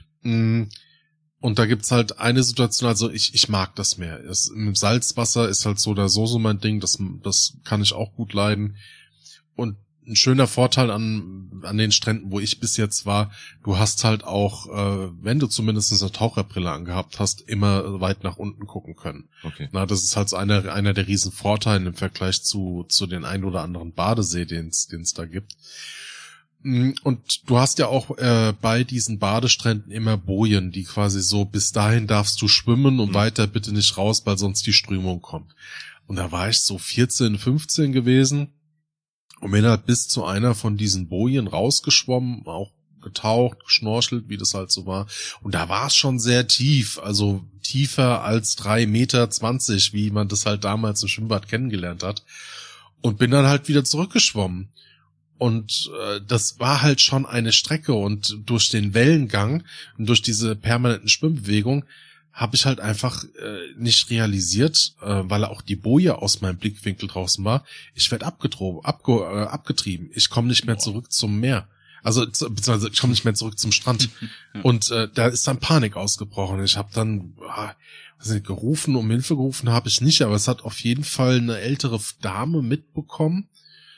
Mm. Und da gibt's halt eine Situation, also ich ich mag das Meer. Es, im Salzwasser ist halt so oder so so mein Ding, das das kann ich auch gut leiden. Und ein schöner Vorteil an an den Stränden, wo ich bis jetzt war, du hast halt auch, äh, wenn du zumindest eine Taucherbrille angehabt hast, immer weit nach unten gucken können. Okay. Na, das ist halt so einer einer der riesen Vorteile im Vergleich zu zu den ein oder anderen Badesee, den es den es da gibt. Und du hast ja auch äh, bei diesen Badestränden immer Bojen, die quasi so, bis dahin darfst du schwimmen und mhm. weiter bitte nicht raus, weil sonst die Strömung kommt. Und da war ich so vierzehn, fünfzehn gewesen und bin halt bis zu einer von diesen Bojen rausgeschwommen, auch getaucht, geschnorchelt, wie das halt so war. Und da war es schon sehr tief, also tiefer als drei Meter zwanzig, wie man das halt damals im Schwimmbad kennengelernt hat. Und bin dann halt wieder zurückgeschwommen. Und äh, das war halt schon eine Strecke und durch den Wellengang und durch diese permanenten Schwimmbewegung habe ich halt einfach äh, nicht realisiert, äh, weil auch die Boje aus meinem Blickwinkel draußen war, ich werde abgetrieben, abge, äh, abgetrieben. Ich komme nicht mehr Boah. zurück zum Meer. Also beziehungsweise ich komme nicht mehr zurück zum Strand. Und äh, da ist dann Panik ausgebrochen. Ich habe dann äh, weiß nicht, gerufen, um Hilfe gerufen habe ich nicht, aber es hat auf jeden Fall eine ältere Dame mitbekommen,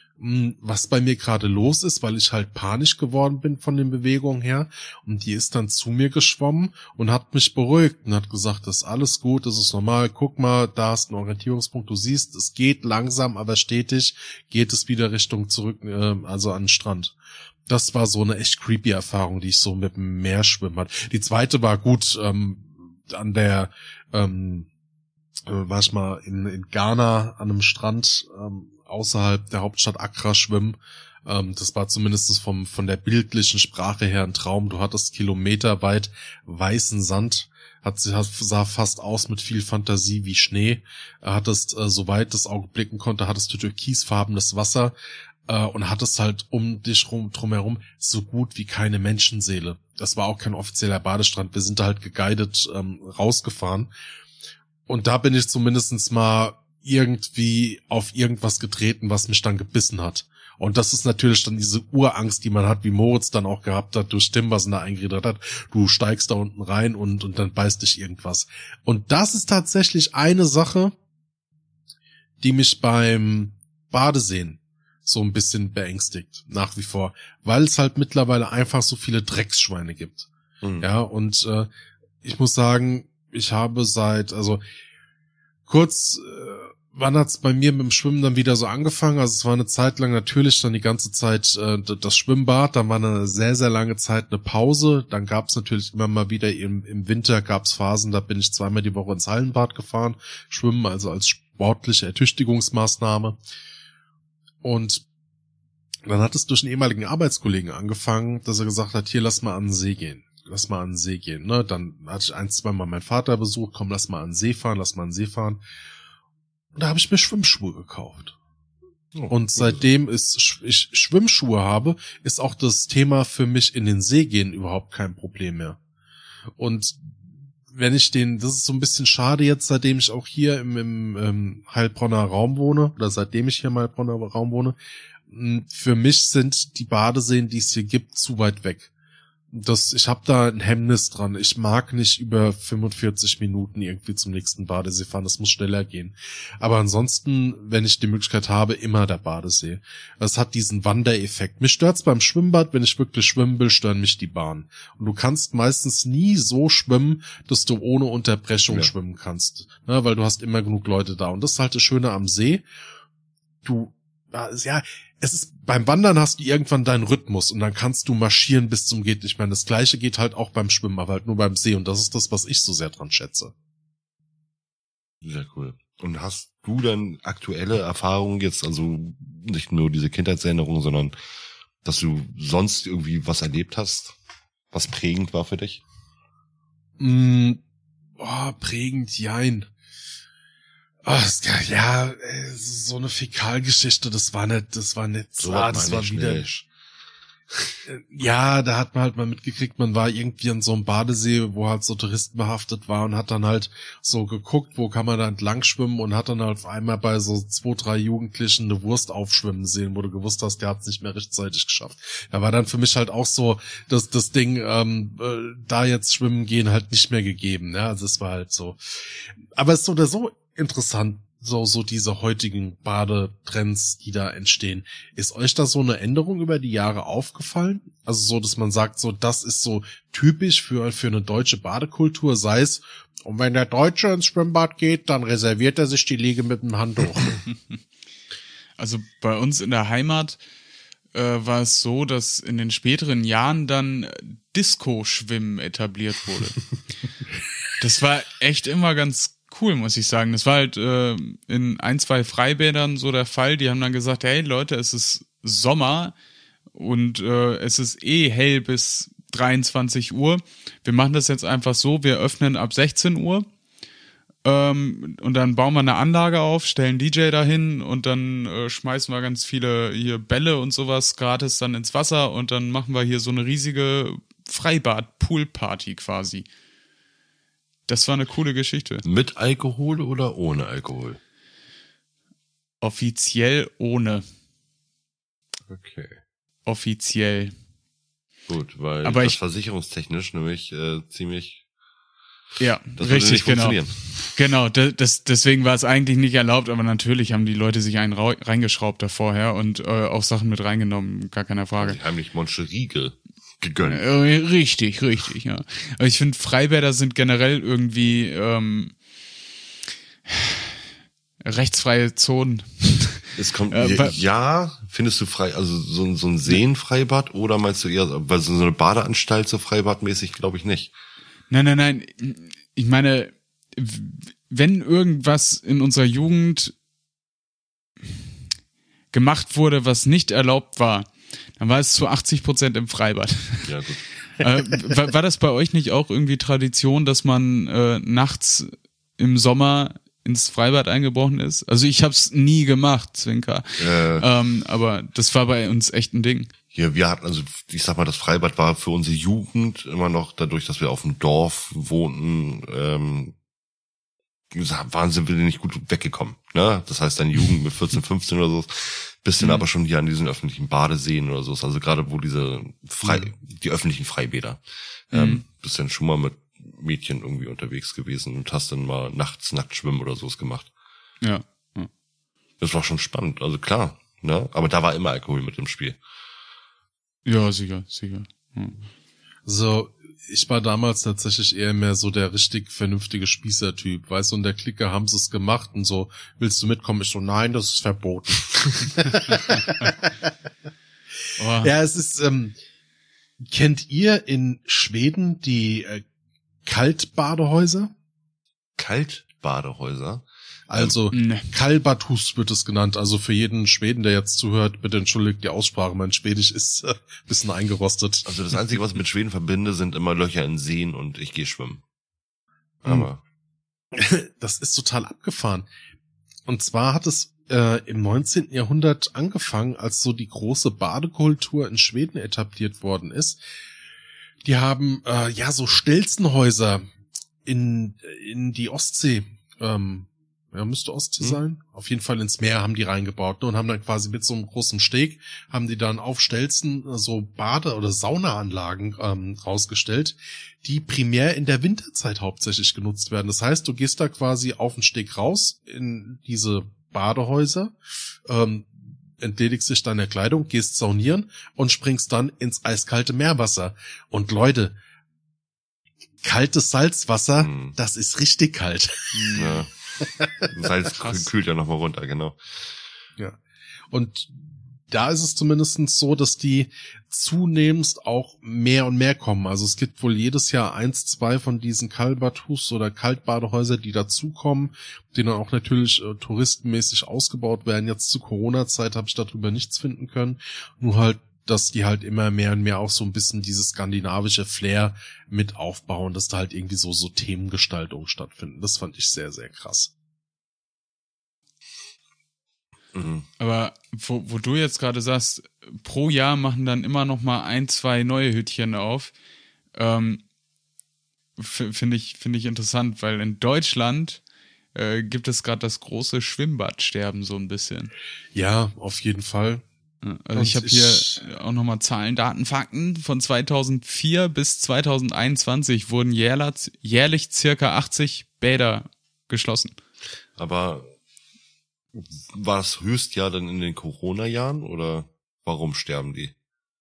was bei mir gerade los ist, weil ich halt panisch geworden bin von den Bewegungen her. Und die ist dann zu mir geschwommen und hat mich beruhigt und hat gesagt, das ist alles gut, das ist normal. Guck mal, da ist ein Orientierungspunkt. Du siehst, es geht langsam, aber stetig geht es wieder Richtung zurück, äh, also an den Strand. Das war so eine echt creepy Erfahrung, die ich so mit dem Meer schwimmen hatte. Die zweite war gut, ähm, an der, ähm, äh, war ich mal in, in Ghana an einem Strand, ähm, außerhalb der Hauptstadt Accra schwimmen. Ähm, das war zumindest vom von der bildlichen Sprache her ein Traum. Du hattest kilometerweit weißen Sand, hat, sah fast aus mit viel Fantasie wie Schnee. Hattest, äh, soweit das Auge blicken konnte, hattest du türkisfarbenes Wasser äh, und hattest halt um dich rum drumherum so gut wie keine Menschenseele. Das war auch kein offizieller Badestrand. Wir sind da halt geguidet ähm, rausgefahren. Und da bin ich zumindest mal irgendwie auf irgendwas getreten, was mich dann gebissen hat. Und das ist natürlich dann diese Urangst, die man hat, wie Moritz dann auch gehabt hat, durch Tim, was er da eingeredet hat. Du steigst da unten rein und, und dann beißt dich irgendwas. Und das ist tatsächlich eine Sache, die mich beim Badeseen so ein bisschen beängstigt, nach wie vor. Weil es halt mittlerweile einfach so viele Drecksschweine gibt. Mhm. Ja, und äh, ich muss sagen, ich habe seit, also kurz, äh, wann hat's bei mir mit dem Schwimmen dann wieder so angefangen? Also es war eine Zeit lang natürlich dann die ganze Zeit äh, das Schwimmbad, dann war eine sehr, sehr lange Zeit eine Pause, dann gab's natürlich immer mal wieder im, im Winter gab's Phasen, da bin ich zweimal die Woche ins Hallenbad gefahren, schwimmen, also als sportliche Ertüchtigungsmaßnahme. Und dann hat es durch einen ehemaligen Arbeitskollegen angefangen, dass er gesagt hat, hier, lass mal an den See gehen. Lass mal an den See gehen, ne? Dann hatte ich ein, zwei Mal meinen Vater besucht, komm, lass mal an den See fahren, lass mal an den See fahren. Und da habe ich mir Schwimmschuhe gekauft. Oh, und seitdem ist, ich Schwimmschuhe habe, ist auch das Thema für mich in den See gehen überhaupt kein Problem mehr. Und wenn ich den, das ist so ein bisschen schade jetzt, seitdem ich auch hier im, im ähm, Heilbronner Raum wohne, oder seitdem ich hier im Heilbronner Raum wohne, für mich sind die Badeseen, die es hier gibt, zu weit weg. Das, ich habe da ein Hemmnis dran. Ich mag nicht über fünfundvierzig Minuten irgendwie zum nächsten Badesee fahren. Das muss schneller gehen. Aber ansonsten, wenn ich die Möglichkeit habe, immer der Badesee. Das hat diesen Wandereffekt. Mich stört's beim Schwimmbad, wenn ich wirklich schwimmen will, stören mich die Bahnen. Und du kannst meistens nie so schwimmen, dass du ohne Unterbrechung ja. schwimmen kannst. Ja, weil du hast immer genug Leute da. Und das ist halt das Schöne am See. Du, ja, es ist, beim Wandern hast du irgendwann deinen Rhythmus und dann kannst du marschieren bis zum geht nicht mehr. Das Gleiche geht halt auch beim Schwimmen, aber halt nur beim See und das ist das, was ich so sehr dran schätze. Sehr cool. Und hast du dann aktuelle Erfahrungen jetzt, also nicht nur diese Kindheitserinnerungen, sondern dass du sonst irgendwie was erlebt hast, was prägend war für dich? Mm, oh, prägend, jein. Oh, ja, so eine Fäkalgeschichte, das war nicht, das war nicht, so ah, das war wieder, nicht. Ja, da hat man halt mal mitgekriegt, man war irgendwie an so einem Badesee, wo halt so Touristen behaftet war und hat dann halt so geguckt, wo kann man da entlang schwimmen und hat dann halt auf einmal bei so zwei, drei Jugendlichen eine Wurst aufschwimmen sehen, wo du gewusst hast, der hat es nicht mehr rechtzeitig geschafft. Da war dann für mich halt auch so, dass das Ding, ähm, äh, da jetzt schwimmen gehen halt nicht mehr gegeben, ja, also es war halt so. Aber es ist so oder so interessant, so, so diese heutigen Badetrends, die da entstehen. Ist euch da so eine Änderung über die Jahre aufgefallen? Also so, dass man sagt, so, das ist so typisch für, für eine deutsche Badekultur, sei es, und wenn der Deutsche ins Schwimmbad geht, dann reserviert er sich die Liege mit dem Handtuch. Also bei uns in der Heimat äh, war es so, dass in den späteren Jahren dann Disco-Schwimmen etabliert wurde. Das war echt immer ganz cool, muss ich sagen. Das war halt äh, in ein, zwei Freibädern so der Fall. Die haben dann gesagt, hey Leute, es ist Sommer und äh, es ist eh hell bis dreiundzwanzig Uhr. Wir machen das jetzt einfach so, wir öffnen ab sechzehn Uhr ähm, und dann bauen wir eine Anlage auf, stellen D J dahin und dann äh, schmeißen wir ganz viele hier Bälle und sowas gratis dann ins Wasser und dann machen wir hier so eine riesige Freibad-Pool-Party quasi. Das war eine coole Geschichte. Mit Alkohol oder ohne Alkohol? Offiziell ohne. Okay. Offiziell. Gut, weil aber das ich, versicherungstechnisch nämlich äh, ziemlich ja, das würde richtig, nicht genau. funktionieren. Genau, das, das, deswegen war es eigentlich nicht erlaubt, aber natürlich haben die Leute sich einen ra- reingeschraubt da vorher und äh, auch Sachen mit reingenommen, gar keine Frage. Die heimlich Moncherie gegönnt. Äh, richtig, richtig, ja. Aber ich finde, Freibäder sind generell irgendwie ähm, rechtsfreie Zonen. Es kommt, Äh, ja, ja, findest du frei, also so, so ein Seenfreibad oder meinst du eher, weil so eine Badeanstalt so freibadmäßig, glaube ich nicht. Nein, nein, nein. Ich meine, wenn irgendwas in unserer Jugend gemacht wurde, was nicht erlaubt war, dann war es zu achtzig Prozent im Freibad. Ja, gut. äh, war, war das bei euch nicht auch irgendwie Tradition, dass man äh, nachts im Sommer ins Freibad eingebrochen ist? Also ich hab's nie gemacht, Zwinker. Äh, ähm, aber das war bei uns echt ein Ding. Ja, wir hatten, also ich sag mal, das Freibad war für unsere Jugend immer noch, dadurch, dass wir auf dem Dorf wohnten, ähm, waren sind wir nicht gut weggekommen. Ne? Das heißt, deine Jugend mit vierzehn, fünfzehn oder so, bist dann Mhm. aber schon hier an diesen öffentlichen Badeseen oder so. Also gerade wo diese frei, Mhm. die öffentlichen Freibäder, Mhm. ähm, bist dann schon mal mit Mädchen irgendwie unterwegs gewesen und hast dann mal nachts nackt schwimmen oder sowas gemacht. Ja. ja. Das war schon spannend, also klar, ne? Aber da war immer Alkohol mit im Spiel. Ja, sicher, sicher. Hm. So, ich war damals tatsächlich eher mehr so der richtig vernünftige Spießer-Typ. Weißt du, in der Clique haben sie es gemacht und so, willst du mitkommen? Ich so, nein, das ist verboten. Oh. Ja, es ist, ähm, kennt ihr in Schweden die äh, Kaltbadehäuser? Kaltbadehäuser? Also Ne. Kallbadhus wird es genannt. Also für jeden Schweden, der jetzt zuhört, bitte entschuldigt die Aussprache. Mein Schwedisch ist äh, bisschen eingerostet. Also das Einzige, was ich mit Schweden verbinde, sind immer Löcher in Seen und ich gehe schwimmen. Aber Das ist total abgefahren. Und zwar hat es äh, im neunzehnten Jahrhundert angefangen, als so die große Badekultur in Schweden etabliert worden ist. Die haben äh, ja so Stelzenhäuser in in die Ostsee, ähm, ja, müsste Ostsee Hm. sein. Auf jeden Fall ins Meer haben die reingebaut, ne, und haben dann quasi mit so einem großen Steg, haben die dann auf Stelzen äh, so Bade- oder Saunaanlagen ähm, rausgestellt, die primär in der Winterzeit hauptsächlich genutzt werden. Das heißt, du gehst da quasi auf den Steg raus in diese Badehäuser, ähm, entledigst dich deiner Kleidung, gehst saunieren und springst dann ins eiskalte Meerwasser. Und Leute, kaltes Salzwasser, Hm. das ist richtig kalt. ja. Salz Krass. kühlt ja nochmal runter, genau. Ja. Und da ist es zumindest so, dass die zunehmend auch mehr und mehr kommen. Also es gibt wohl jedes Jahr eins, zwei von diesen Kallbadhus oder Kaltbadehäuser, die dazukommen, die dann auch natürlich äh, touristenmäßig ausgebaut werden. Jetzt zu Corona-Zeit habe ich darüber nichts finden können. Nur halt, dass die halt immer mehr und mehr auch so ein bisschen dieses skandinavische Flair mit aufbauen, dass da halt irgendwie so, so Themengestaltungen stattfinden. Das fand ich sehr, sehr krass. Mhm. Aber wo, wo du jetzt gerade sagst, pro Jahr machen dann immer noch mal ein, zwei neue Hütchen auf, ähm, f- finde ich, finde ich interessant, weil in Deutschland äh, gibt es gerade das große Schwimmbadsterben so ein bisschen. Ja, auf jeden Fall. Ja, also Und ich habe ich- hier auch nochmal Zahlen, Daten, Fakten. Von zweitausendvier bis zweitausendeinundzwanzig wurden jährlich, jährlich circa achtzig Bäder geschlossen. Aber war das Höchstjahr dann in den Corona-Jahren oder warum sterben die?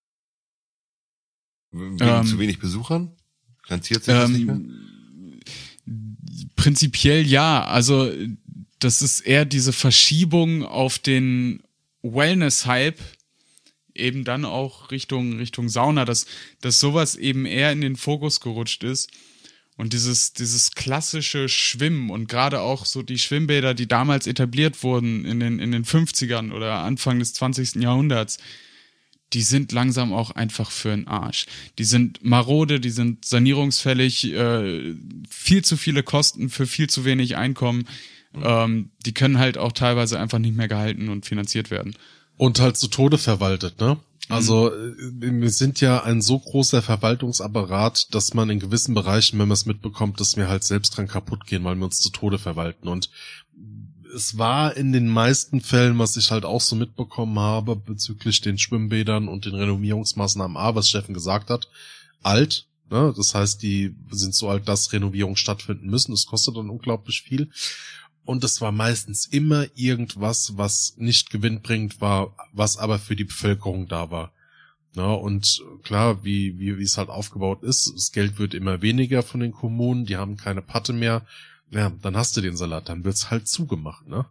Wegen Ähm, zu wenig Besuchern? Rentiert sich das nicht mehr? Ähm, prinzipiell ja. Also das ist eher diese Verschiebung auf den Wellness-Hype eben dann auch Richtung Richtung Sauna, dass dass sowas eben eher in den Fokus gerutscht ist. Und dieses dieses klassische Schwimmen und gerade auch so die Schwimmbäder, die damals etabliert wurden in den in den fünfzigern oder Anfang des zwanzigsten Jahrhunderts, die sind langsam auch einfach für den Arsch. Die sind marode, die sind sanierungsfällig, äh, viel zu viele Kosten für viel zu wenig Einkommen. Mhm. Ähm, die können halt auch teilweise einfach nicht mehr gehalten und finanziert werden. Und halt zu Tode verwaltet, ne? Also wir sind ja ein so großer Verwaltungsapparat, dass man in gewissen Bereichen, wenn man es mitbekommt, dass wir halt selbst dran kaputt gehen, weil wir uns zu Tode verwalten. Und es war in den meisten Fällen, was ich halt auch so mitbekommen habe, bezüglich den Schwimmbädern und den Renovierungsmaßnahmen, A, was Steffen gesagt hat, alt. Ne? Das heißt, die sind so alt, dass Renovierungen stattfinden müssen. Das kostet dann unglaublich viel. Und es war meistens immer irgendwas, was nicht gewinnbringend war, was aber für die Bevölkerung da war. Ja, und klar, wie, wie, wie es halt aufgebaut ist, das Geld wird immer weniger von den Kommunen, die haben keine Patte mehr. Ja, dann hast du den Salat, dann wird's halt zugemacht, ne?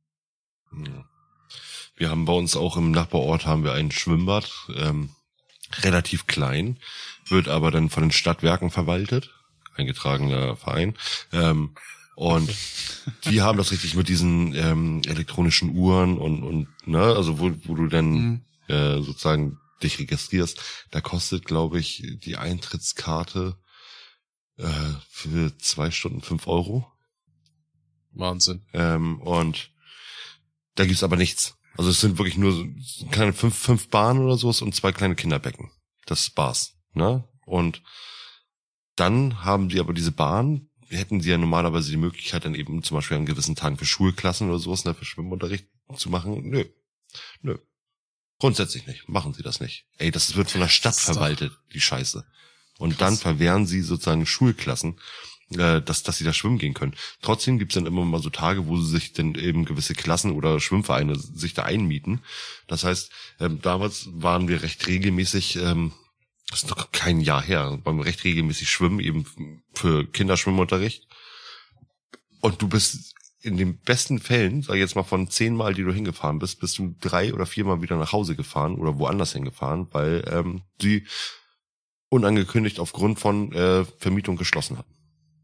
Wir haben bei uns auch im Nachbarort haben wir ein Schwimmbad, ähm, relativ klein, wird aber dann von den Stadtwerken verwaltet, eingetragener Verein, ähm, und die haben das richtig mit diesen ähm, elektronischen Uhren und und ne, also wo wo du dann mhm. äh, sozusagen dich registrierst, da kostet, glaube ich, die Eintrittskarte äh, für zwei Stunden fünf Euro. Wahnsinn. Ähm, und da gibt's aber nichts. Also es sind wirklich nur so kleine fünf fünf Bahnen oder sowas und zwei kleine Kinderbecken. Das war's, ne? Und dann haben die aber diese Bahn, hätten sie ja normalerweise die Möglichkeit, dann eben zum Beispiel an gewissen Tagen für Schulklassen oder sowas, ne, für Schwimmunterricht zu machen. Nö, nö. Grundsätzlich nicht. Machen sie das nicht. Ey, das wird von der Stadt verwaltet, die Scheiße. Und krass. Dann verwehren sie sozusagen Schulklassen, äh, dass dass sie da schwimmen gehen können. Trotzdem gibt's dann immer mal so Tage, wo sie sich dann eben gewisse Klassen oder Schwimmvereine sich da einmieten. Das heißt, ähm, damals waren wir recht regelmäßig, ähm, das ist doch kein Jahr her, beim recht regelmäßig schwimmen, eben für Kinderschwimmunterricht. Und du bist in den besten Fällen, sag ich jetzt mal von zehnmal, die du hingefahren bist, bist du drei oder viermal wieder nach Hause gefahren oder woanders hingefahren, weil ähm, sie unangekündigt aufgrund von äh, Vermietung geschlossen hatten.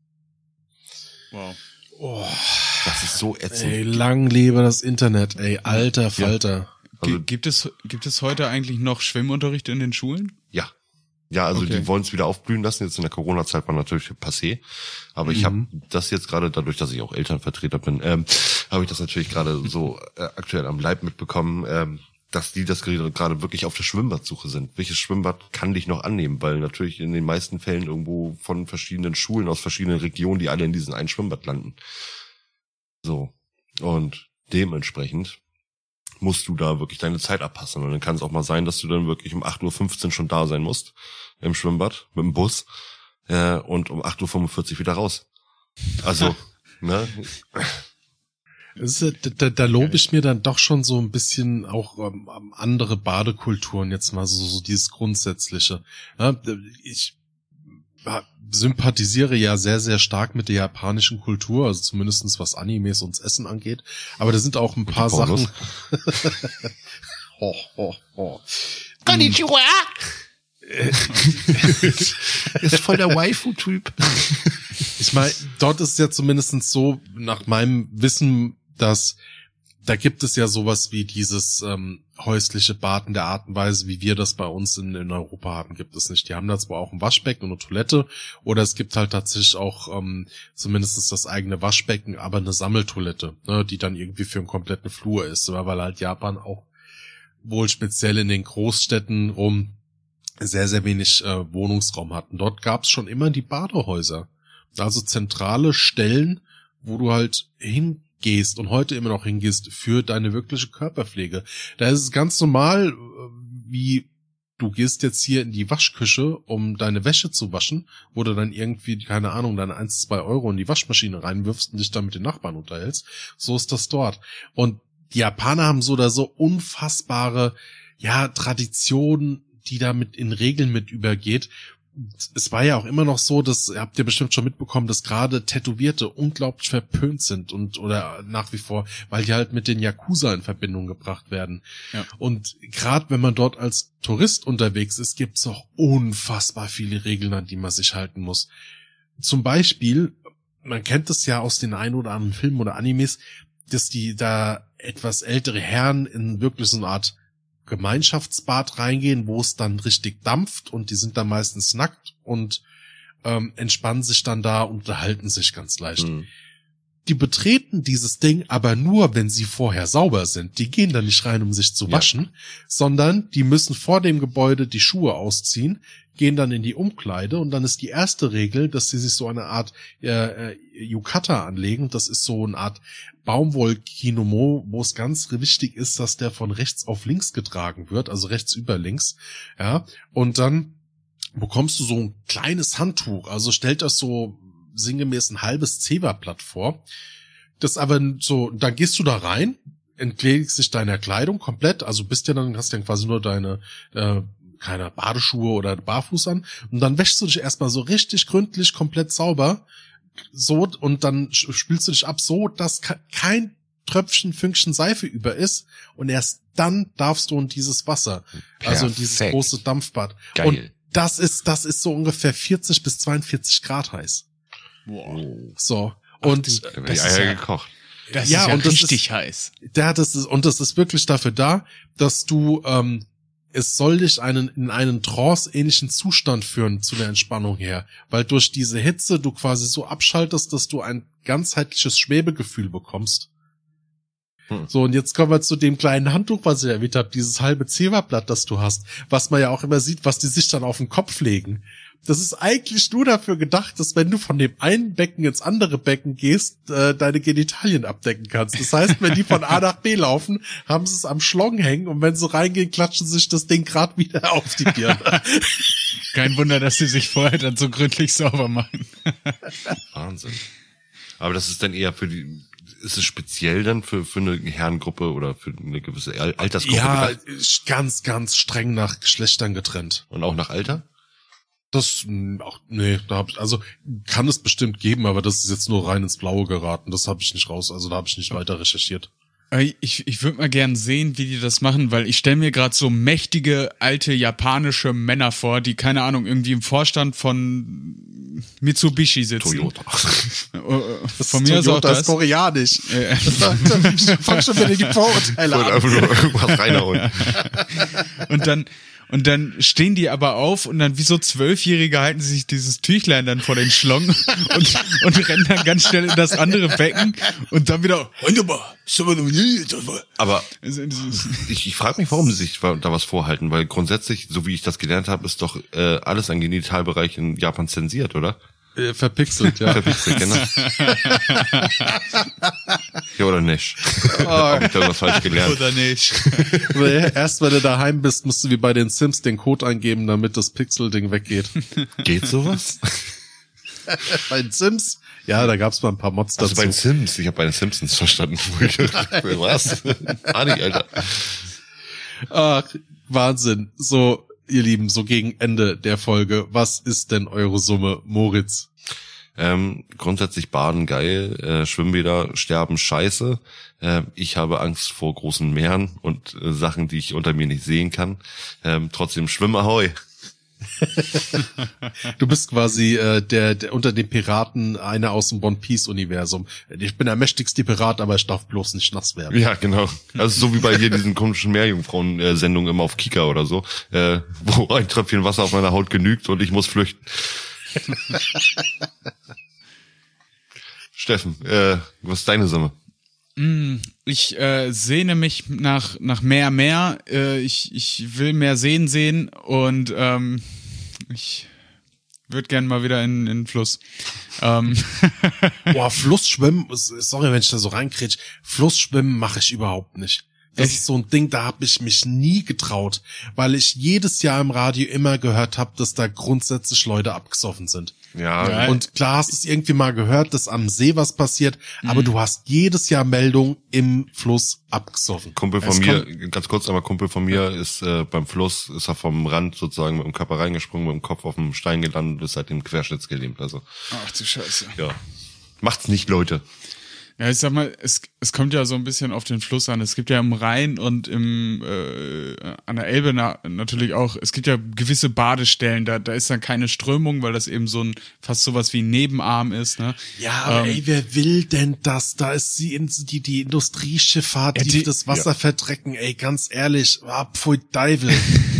Wow. Oh, das ist so ätzend. Ey, lang lebe das Internet, ey, alter Falter. Ja. Also, G- gibt es gibt es heute eigentlich noch Schwimmunterricht in den Schulen? Ja. Ja, also okay. Die wollen es wieder aufblühen lassen. Jetzt in der Corona-Zeit war natürlich passé. Aber mhm. ich habe das jetzt gerade, dadurch, dass ich auch Elternvertreter bin, ähm, habe ich das natürlich gerade so äh, aktuell am Leib mitbekommen, ähm, dass die das gerade wirklich auf der Schwimmbadsuche sind. Welches Schwimmbad kann dich noch annehmen? Weil natürlich in den meisten Fällen irgendwo von verschiedenen Schulen aus verschiedenen Regionen, die alle in diesem einen Schwimmbad landen. So. Und dementsprechend musst du da wirklich deine Zeit abpassen. Und dann kann es auch mal sein, dass du dann wirklich um acht Uhr fünfzehn schon da sein musst im Schwimmbad mit dem Bus äh, und um acht Uhr fünfundvierzig wieder raus. Also, ne? Das ist, da, da lobe ich mir dann doch schon so ein bisschen auch ähm, andere Badekulturen, jetzt mal so, so dieses Grundsätzliche. Ja, ich sympathisiere ja sehr, sehr stark mit der japanischen Kultur, also zumindestens was Animes und das Essen angeht. Aber da sind auch ein paar Sachen. ho, ho, ho. Konnichiwa! Ist voll der Waifu-Typ. Ich meine, dort ist es ja zumindest so, nach meinem Wissen, dass da gibt es ja sowas wie dieses ähm, häusliche Bad in der Art und Weise, wie wir das bei uns in, in Europa haben, gibt es nicht. Die haben da zwar auch ein Waschbecken und eine Toilette, oder es gibt halt tatsächlich auch ähm, zumindest das eigene Waschbecken, aber eine Sammeltoilette, ne, die dann irgendwie für einen kompletten Flur ist, weil halt Japan auch wohl speziell in den Großstädten rum sehr, sehr wenig äh, Wohnungsraum hatten. Dort gab es schon immer die Badehäuser, also zentrale Stellen, wo du halt hingehst und heute immer noch hingehst für deine wirkliche Körperpflege. Da ist es ganz normal, wie du gehst jetzt hier in die Waschküche, um deine Wäsche zu waschen, wo du dann irgendwie, keine Ahnung, deine eins, zwei Euro in die Waschmaschine reinwirfst und dich dann mit den Nachbarn unterhältst. So ist das dort. Und die Japaner haben so oder so unfassbare, ja, Traditionen, die damit in Regeln mit übergeht, es war ja auch immer noch so, das habt ihr bestimmt schon mitbekommen, dass gerade Tätowierte unglaublich verpönt sind und oder nach wie vor, weil die halt mit den Yakuza in Verbindung gebracht werden. Ja. Und gerade wenn man dort als Tourist unterwegs ist, gibt's auch unfassbar viele Regeln, an die man sich halten muss. Zum Beispiel, man kennt es ja aus den ein oder anderen Filmen oder Animes, dass die da etwas ältere Herren in wirklich so eine Art Gemeinschaftsbad reingehen, wo es dann richtig dampft und die sind dann meistens nackt und ähm, entspannen sich dann da und unterhalten sich ganz leicht. Mhm. Die betreten dieses Ding aber nur, wenn sie vorher sauber sind. Die gehen da nicht rein, um sich zu waschen, ja. sondern die müssen vor dem Gebäude die Schuhe ausziehen, gehen dann in die Umkleide und dann ist die erste Regel, dass sie sich so eine Art äh, Yukata anlegen. Das ist so eine Art Baumwollkimono, wo es ganz wichtig ist, dass der von rechts auf links getragen wird, also rechts über links. Ja, und dann bekommst du so ein kleines Handtuch. Also stellt das so sinngemäß ein halbes Zebrablatt vor. Das aber so, dann gehst du da rein, entlegst dich deiner Kleidung komplett, also bist ja dann, hast ja quasi nur deine, äh, keine Badeschuhe oder Barfuß an und dann wäschst du dich erstmal so richtig gründlich, komplett sauber, so, und dann spülst du dich ab so, dass kein Tröpfchen, Fünkchen Seife über ist und erst dann darfst du in dieses Wasser, Perfekt. also in dieses große Dampfbad. Geil. Und das ist, das ist so ungefähr vierzig bis zweiundvierzig Grad heiß. Wow. So. Und Ach, das ist ja gekocht. Das ja, ist ja und richtig ist, heiß. Ja, das ist, und das ist wirklich dafür da, dass du, ähm, es soll dich einen, in einen Trance-ähnlichen Zustand führen zu der Entspannung her. Weil durch diese Hitze du quasi so abschaltest, dass du ein ganzheitliches Schwebegefühl bekommst. Hm. So, und jetzt kommen wir zu dem kleinen Handtuch, was ich erwähnt habe, dieses halbe Zebrablatt, das du hast, was man ja auch immer sieht, was die sich dann auf den Kopf legen. Das ist eigentlich nur dafür gedacht, dass wenn du von dem einen Becken ins andere Becken gehst, äh, deine Genitalien abdecken kannst. Das heißt, wenn die von A nach B laufen, haben sie es am Schlong hängen und wenn sie reingehen, klatschen sich das Ding gerade wieder auf die Birne. Kein Wunder, dass sie sich vorher dann so gründlich sauber machen. Wahnsinn. Aber das ist dann eher für die, ist es speziell dann für, für eine Herrengruppe oder für eine gewisse Altersgruppe? Ja, gedacht? ganz, ganz streng nach Geschlechtern getrennt. Und auch nach Alter? Das, ach, nee, da hab ich, also, kann es bestimmt geben, aber das ist jetzt nur rein ins Blaue geraten. Das habe ich nicht raus, also da habe ich nicht weiter recherchiert. Ich, ich würde mal gern sehen, wie die das machen, weil ich stelle mir gerade so mächtige, alte japanische Männer vor, die, keine Ahnung, irgendwie im Vorstand von Mitsubishi sitzen. Toyota. Das von mir aus auch das. Ist koreanisch. Äh, Fang schon wieder die Vorurteile an. Einfach nur irgendwas reinhauen. Und dann Und dann stehen die aber auf und dann wie so Zwölfjährige halten sie sich dieses Tüchlein dann vor den Schlong und, und rennen dann ganz schnell in das andere Becken und dann wieder. Aber ich, ich frage mich, warum sie sich da was vorhalten, weil grundsätzlich, so wie ich das gelernt habe, ist doch äh, alles an Genitalbereich in Japan zensiert, oder? Äh, verpixelt, ja. Verpixelt, genau. Ja, oder nicht? Oh. Hab ich da was falsch gelernt? Oder nicht? Erst wenn du daheim bist, musst du wie bei den Sims den Code eingeben, damit das Pixel-Ding weggeht. Geht sowas? Bei den Sims? Ja, da gab's mal ein paar Mods dazu. Also bei den Sims? Ich habe bei den Simpsons verstanden. Was? Ah, nicht, Alter. Ach, Wahnsinn. So, ihr Lieben, so gegen Ende der Folge. Was ist denn eure Summe, Moritz? Ähm, grundsätzlich Baden geil, äh, Schwimmbäder sterben scheiße. Äh, ich habe Angst vor großen Meeren und äh, Sachen, die ich unter mir nicht sehen kann. Ähm, trotzdem Schwimm ahoi. Du bist quasi äh, der, der unter den Piraten einer aus dem One Piece Universum. Ich bin der mächtigste Pirat, aber ich darf bloß nicht nass werden. Ja, genau. Also so wie bei hier diesen komischen Meerjungfrauen-Sendungen immer auf Kika oder so, äh, wo ein Tröpfchen Wasser auf meiner Haut genügt und ich muss flüchten. Steffen, äh, was ist deine Summe? Ich äh, sehne mich nach nach mehr, mehr. Äh, ich ich will mehr sehen sehen und ähm, ich würde gern mal wieder in in den Fluss. Ähm. Boah, Flussschwimmen, sorry, wenn ich da so reinkrätsch, Flussschwimmen mache ich überhaupt nicht. Das Echt? ist so ein Ding, da habe ich mich nie getraut, weil ich jedes Jahr im Radio immer gehört habe, dass da grundsätzlich Leute abgesoffen sind. Ja, Ja. Und klar hast du es irgendwie mal gehört, dass am See was passiert, aber du hast jedes Jahr Meldung im Fluss abgesoffen. Kumpel von Es mir, kommt- ganz kurz, aber Kumpel von mir ist äh, beim Fluss, ist er vom Rand sozusagen mit dem Körper reingesprungen, mit dem Kopf auf dem Stein gelandet und ist seitdem querschnittsgelähmt. Also, Ach du Scheiße. ja. Macht's nicht, Leute. Ja, ich sag mal, es, es kommt ja so ein bisschen auf den Fluss an. Es gibt ja im Rhein und im äh, an der Elbe na, natürlich auch, es gibt ja gewisse Badestellen, da da ist dann keine Strömung, weil das eben so ein fast sowas wie ein Nebenarm ist, ne? Ja, aber Ähm, ey, wer will denn das? Da ist die, die, die Industrieschifffahrt, Ja, die, die- das Wasser verdrecken, ey, ganz ehrlich, ah, pfui Teufel.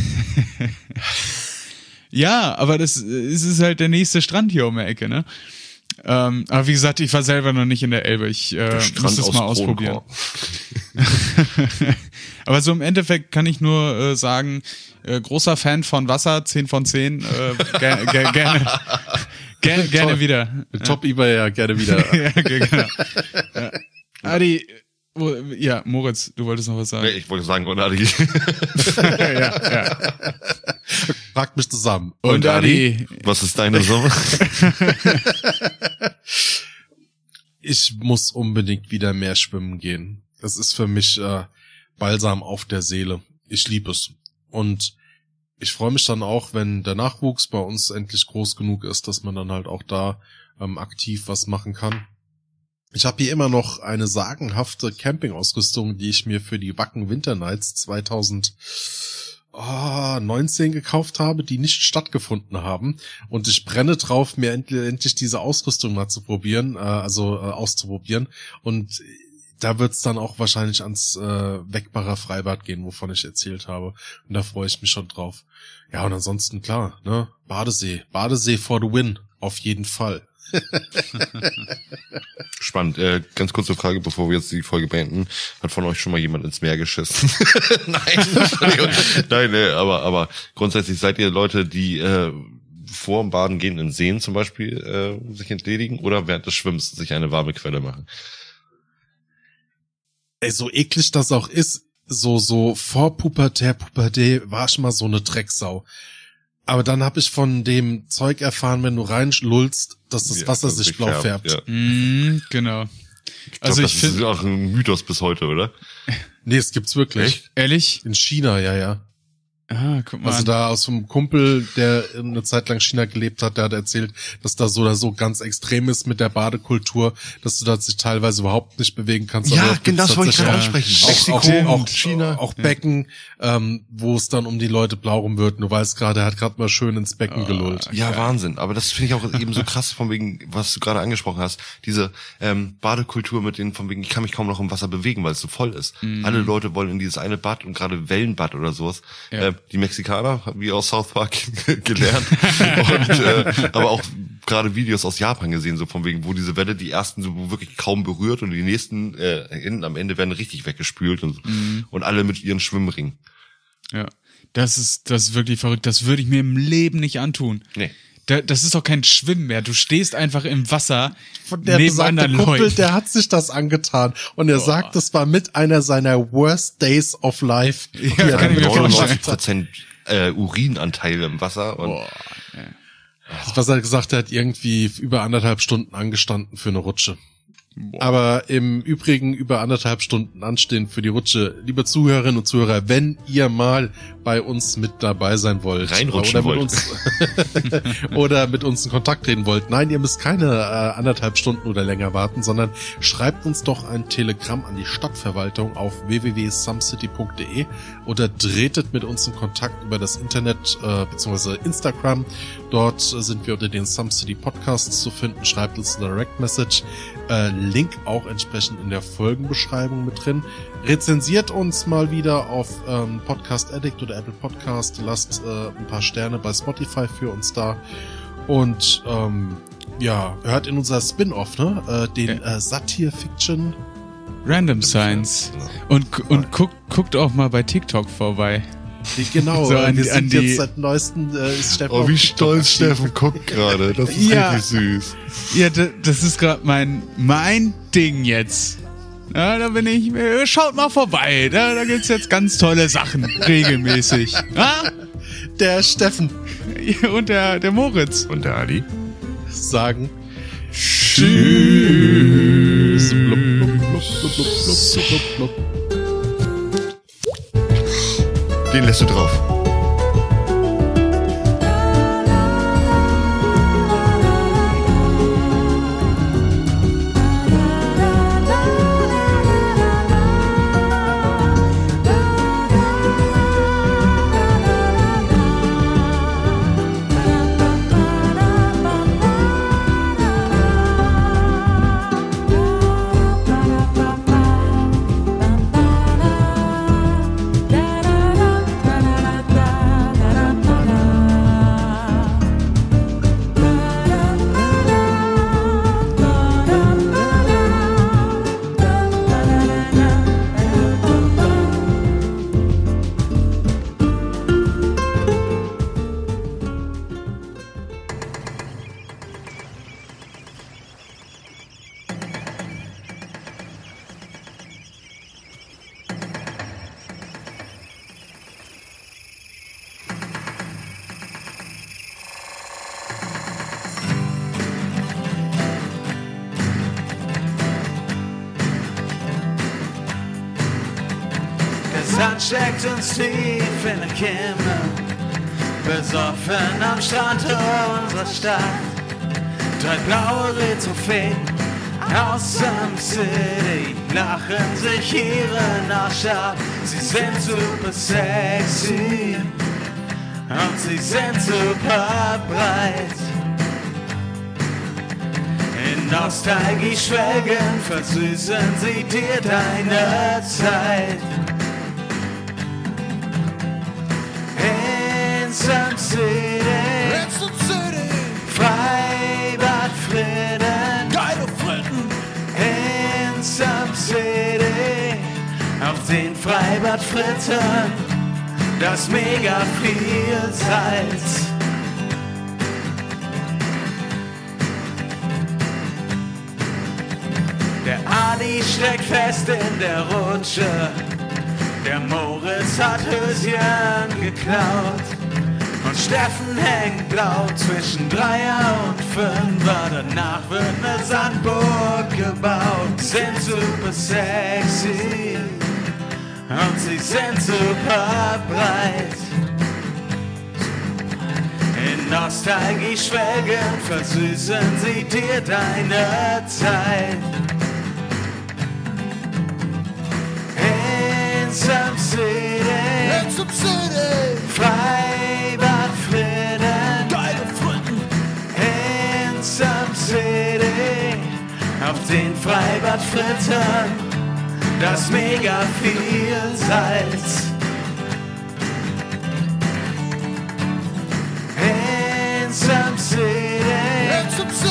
Ja, aber das es ist halt der nächste Strand hier um die Ecke, ne? Ähm, aber wie gesagt, ich war selber noch nicht in der Elbe. Ich äh, muss das mal ausprobieren. Aber so im Endeffekt kann ich nur äh, sagen, äh, großer Fan von Wasser, zehn von zehn, äh, gerne, gerne, gerne, gerne, gerne Toll. wieder. Top eBay, ja, gerne wieder. Ja, genau. Ja. Adi, wo, ja, Moritz, du wolltest noch was Nee, sagen. ich wollte sagen, und Adi. ja, ja. Fragt mich zusammen. Und Adi, Was ist deine Summe? Ich muss unbedingt wieder mehr schwimmen gehen. Das ist für mich äh, Balsam auf der Seele. Ich liebe es. Und ich freue mich dann auch, wenn der Nachwuchs bei uns endlich groß genug ist, dass man dann halt auch da ähm, aktiv was machen kann. Ich habe hier immer noch eine sagenhafte Campingausrüstung, die ich mir für die Wacken Winter Nights zweitausendneunzehn gekauft habe, die nicht stattgefunden haben. Und ich brenne drauf, mir endlich, endlich diese Ausrüstung mal zu probieren, äh, also äh, auszuprobieren. Und da wird's dann auch wahrscheinlich ans äh, Weckbarer Freibad gehen, wovon ich erzählt habe. Und da freue ich mich schon drauf. Ja, und ansonsten klar, ne, Badesee. Badesee for the win. Auf jeden Fall. Spannend. Äh, ganz kurze Frage, bevor wir jetzt die Folge beenden. Hat von euch schon mal jemand ins Meer geschissen? Nein, Entschuldigung. Nein, nee, aber, aber grundsätzlich seid ihr Leute, die äh, vor dem Baden gehen in Seen zum Beispiel äh, sich entledigen oder während des Schwimmens sich eine warme Quelle machen? Ey, so eklig das auch ist, so, so vor Pubertär, Pubertät war ich mal so eine Drecksau. Aber dann habe ich von dem Zeug erfahren, wenn du reinlullst, dass das Ja, Wasser das sich sich blau färbt, färbt. ja. mm, genau. Ich glaub, Also das ich ist finde, auch ein Mythos bis heute, oder? Nee, es gibt's wirklich. Echt? ehrlich, In China, ja, ja. ah, guck mal. Also da aus einem Kumpel, der eine Zeit lang in China gelebt hat, der hat erzählt, dass da so oder so ganz extrem ist mit der Badekultur, dass du da sich teilweise überhaupt nicht bewegen kannst. Ja, aber da genau, gibt's das wollte ich gerade tatsächlich ansprechen. Auch, Mexiko, auch, auch, China. auch Becken, ähm, wo es dann um die Leute blau rum wird. Du weißt gerade, er hat gerade mal schön ins Becken gelullt. Ja, Wahnsinn. Aber das finde ich auch eben so krass, von wegen, was du gerade angesprochen hast. Diese ähm, Badekultur mit denen, von wegen, ich kann mich kaum noch im Wasser bewegen, weil es so voll ist. Mhm. Alle Leute wollen in dieses eine Bad und gerade Wellenbad oder sowas. Ja. Äh, die Mexikaner, wie aus South Park gelernt. und, äh, aber auch gerade Videos aus Japan gesehen, so von wegen, wo diese Welle die ersten so wirklich kaum berührt und die nächsten äh, hinten am Ende werden richtig weggespült und, Mhm. und alle mit ihren Schwimmringen. Ja, das ist, das ist wirklich verrückt. Das würde ich mir im Leben nicht antun. Nee. Da, das ist doch kein Schwimmen mehr. Du stehst einfach im Wasser Von der neben besagte anderen Kumpel, Leuten. der hat sich das angetan. Und er sagt, das war mit einer seiner worst days of life. Ja, die er kann ich mir dann vorstellen. neunundneunzig Prozent äh, Urinanteil im Wasser und Boah. Was er gesagt hat, irgendwie über anderthalb Stunden angestanden für eine Rutsche. Boah. Aber im Übrigen über anderthalb Stunden anstehen für die Rutsche. Liebe Zuhörerinnen und Zuhörer, wenn ihr mal bei uns mit dabei sein wollt Reinrutschen oder mit wollt. uns oder mit uns in Kontakt treten wollt, nein, ihr müsst keine äh, anderthalb Stunden oder länger warten, sondern schreibt uns doch ein Telegramm an die Stadtverwaltung auf w w w punkt sumcity punkt d e oder tretet mit uns in Kontakt über das Internet äh, bzw. Instagram. Dort äh, sind wir unter den SumCity Podcasts zu finden. Schreibt uns eine Direct Message. Äh, Link auch entsprechend in der Folgenbeschreibung mit drin. Rezensiert uns mal wieder auf ähm, Podcast Addict oder Apple Podcast. Lasst äh, ein paar Sterne bei Spotify für uns da. Und ähm, ja, hört in unser Spin-Off, ne? Äh, den äh, Satire-Fiction. Random Science. Und, gu- und guckt, guckt auch mal bei TikTok vorbei. Die, genau, So äh, an wir die- sind an die- jetzt seit neuestem äh, ist Steffen Oh, auf wie TikTok stolz aktiv. Steffen guckt gerade. Das ist Ja. richtig süß. Ja, d- das ist gerade mein, mein Ding jetzt. Ja, da bin ich, schaut mal vorbei, da, da gibt's jetzt ganz tolle Sachen, regelmäßig. Ja? Der Steffen Und der, der Moritz. Und der Adi sagen Tschüss. Blub, blub, blub, blub, blub, blub, blub. Den lässt du drauf. Der Sand steckt uns tief in die Kimme, besoffen am Strand unserer Stadt. Drei blaue Retropheten aus Sam City lachen sich ihren Arsch ab. Sie sind super sexy und sie sind super breit. In Nostalgie schwelgen versüßen sie dir deine Zeit. In Sam City, Freibad Fritten, geile Fritten. In Sam City, auf den Freibad Fritten, das mega viel Salz. Der Adi steckt fest in der Rutsche, der Moritz hat Höschen geklaut und Steffen hängt blau zwischen Dreier und Fünfer. Danach wird ne Sandburg gebaut. Sind super sexy und sie sind super breit. In Nostalgie schwelgen versüßen sie dir deine Zeit. In Sam City, Freibad Fritten, geile Fritten. In Sam City, auf den Freibad Fritten, das mega viel Salz. In Sam City,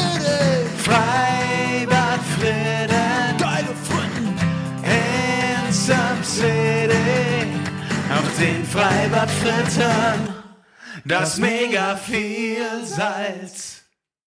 Freibad Fritten, geile Fritten. In Sam City, auf den Freibad Fritten, das mega viel Salz.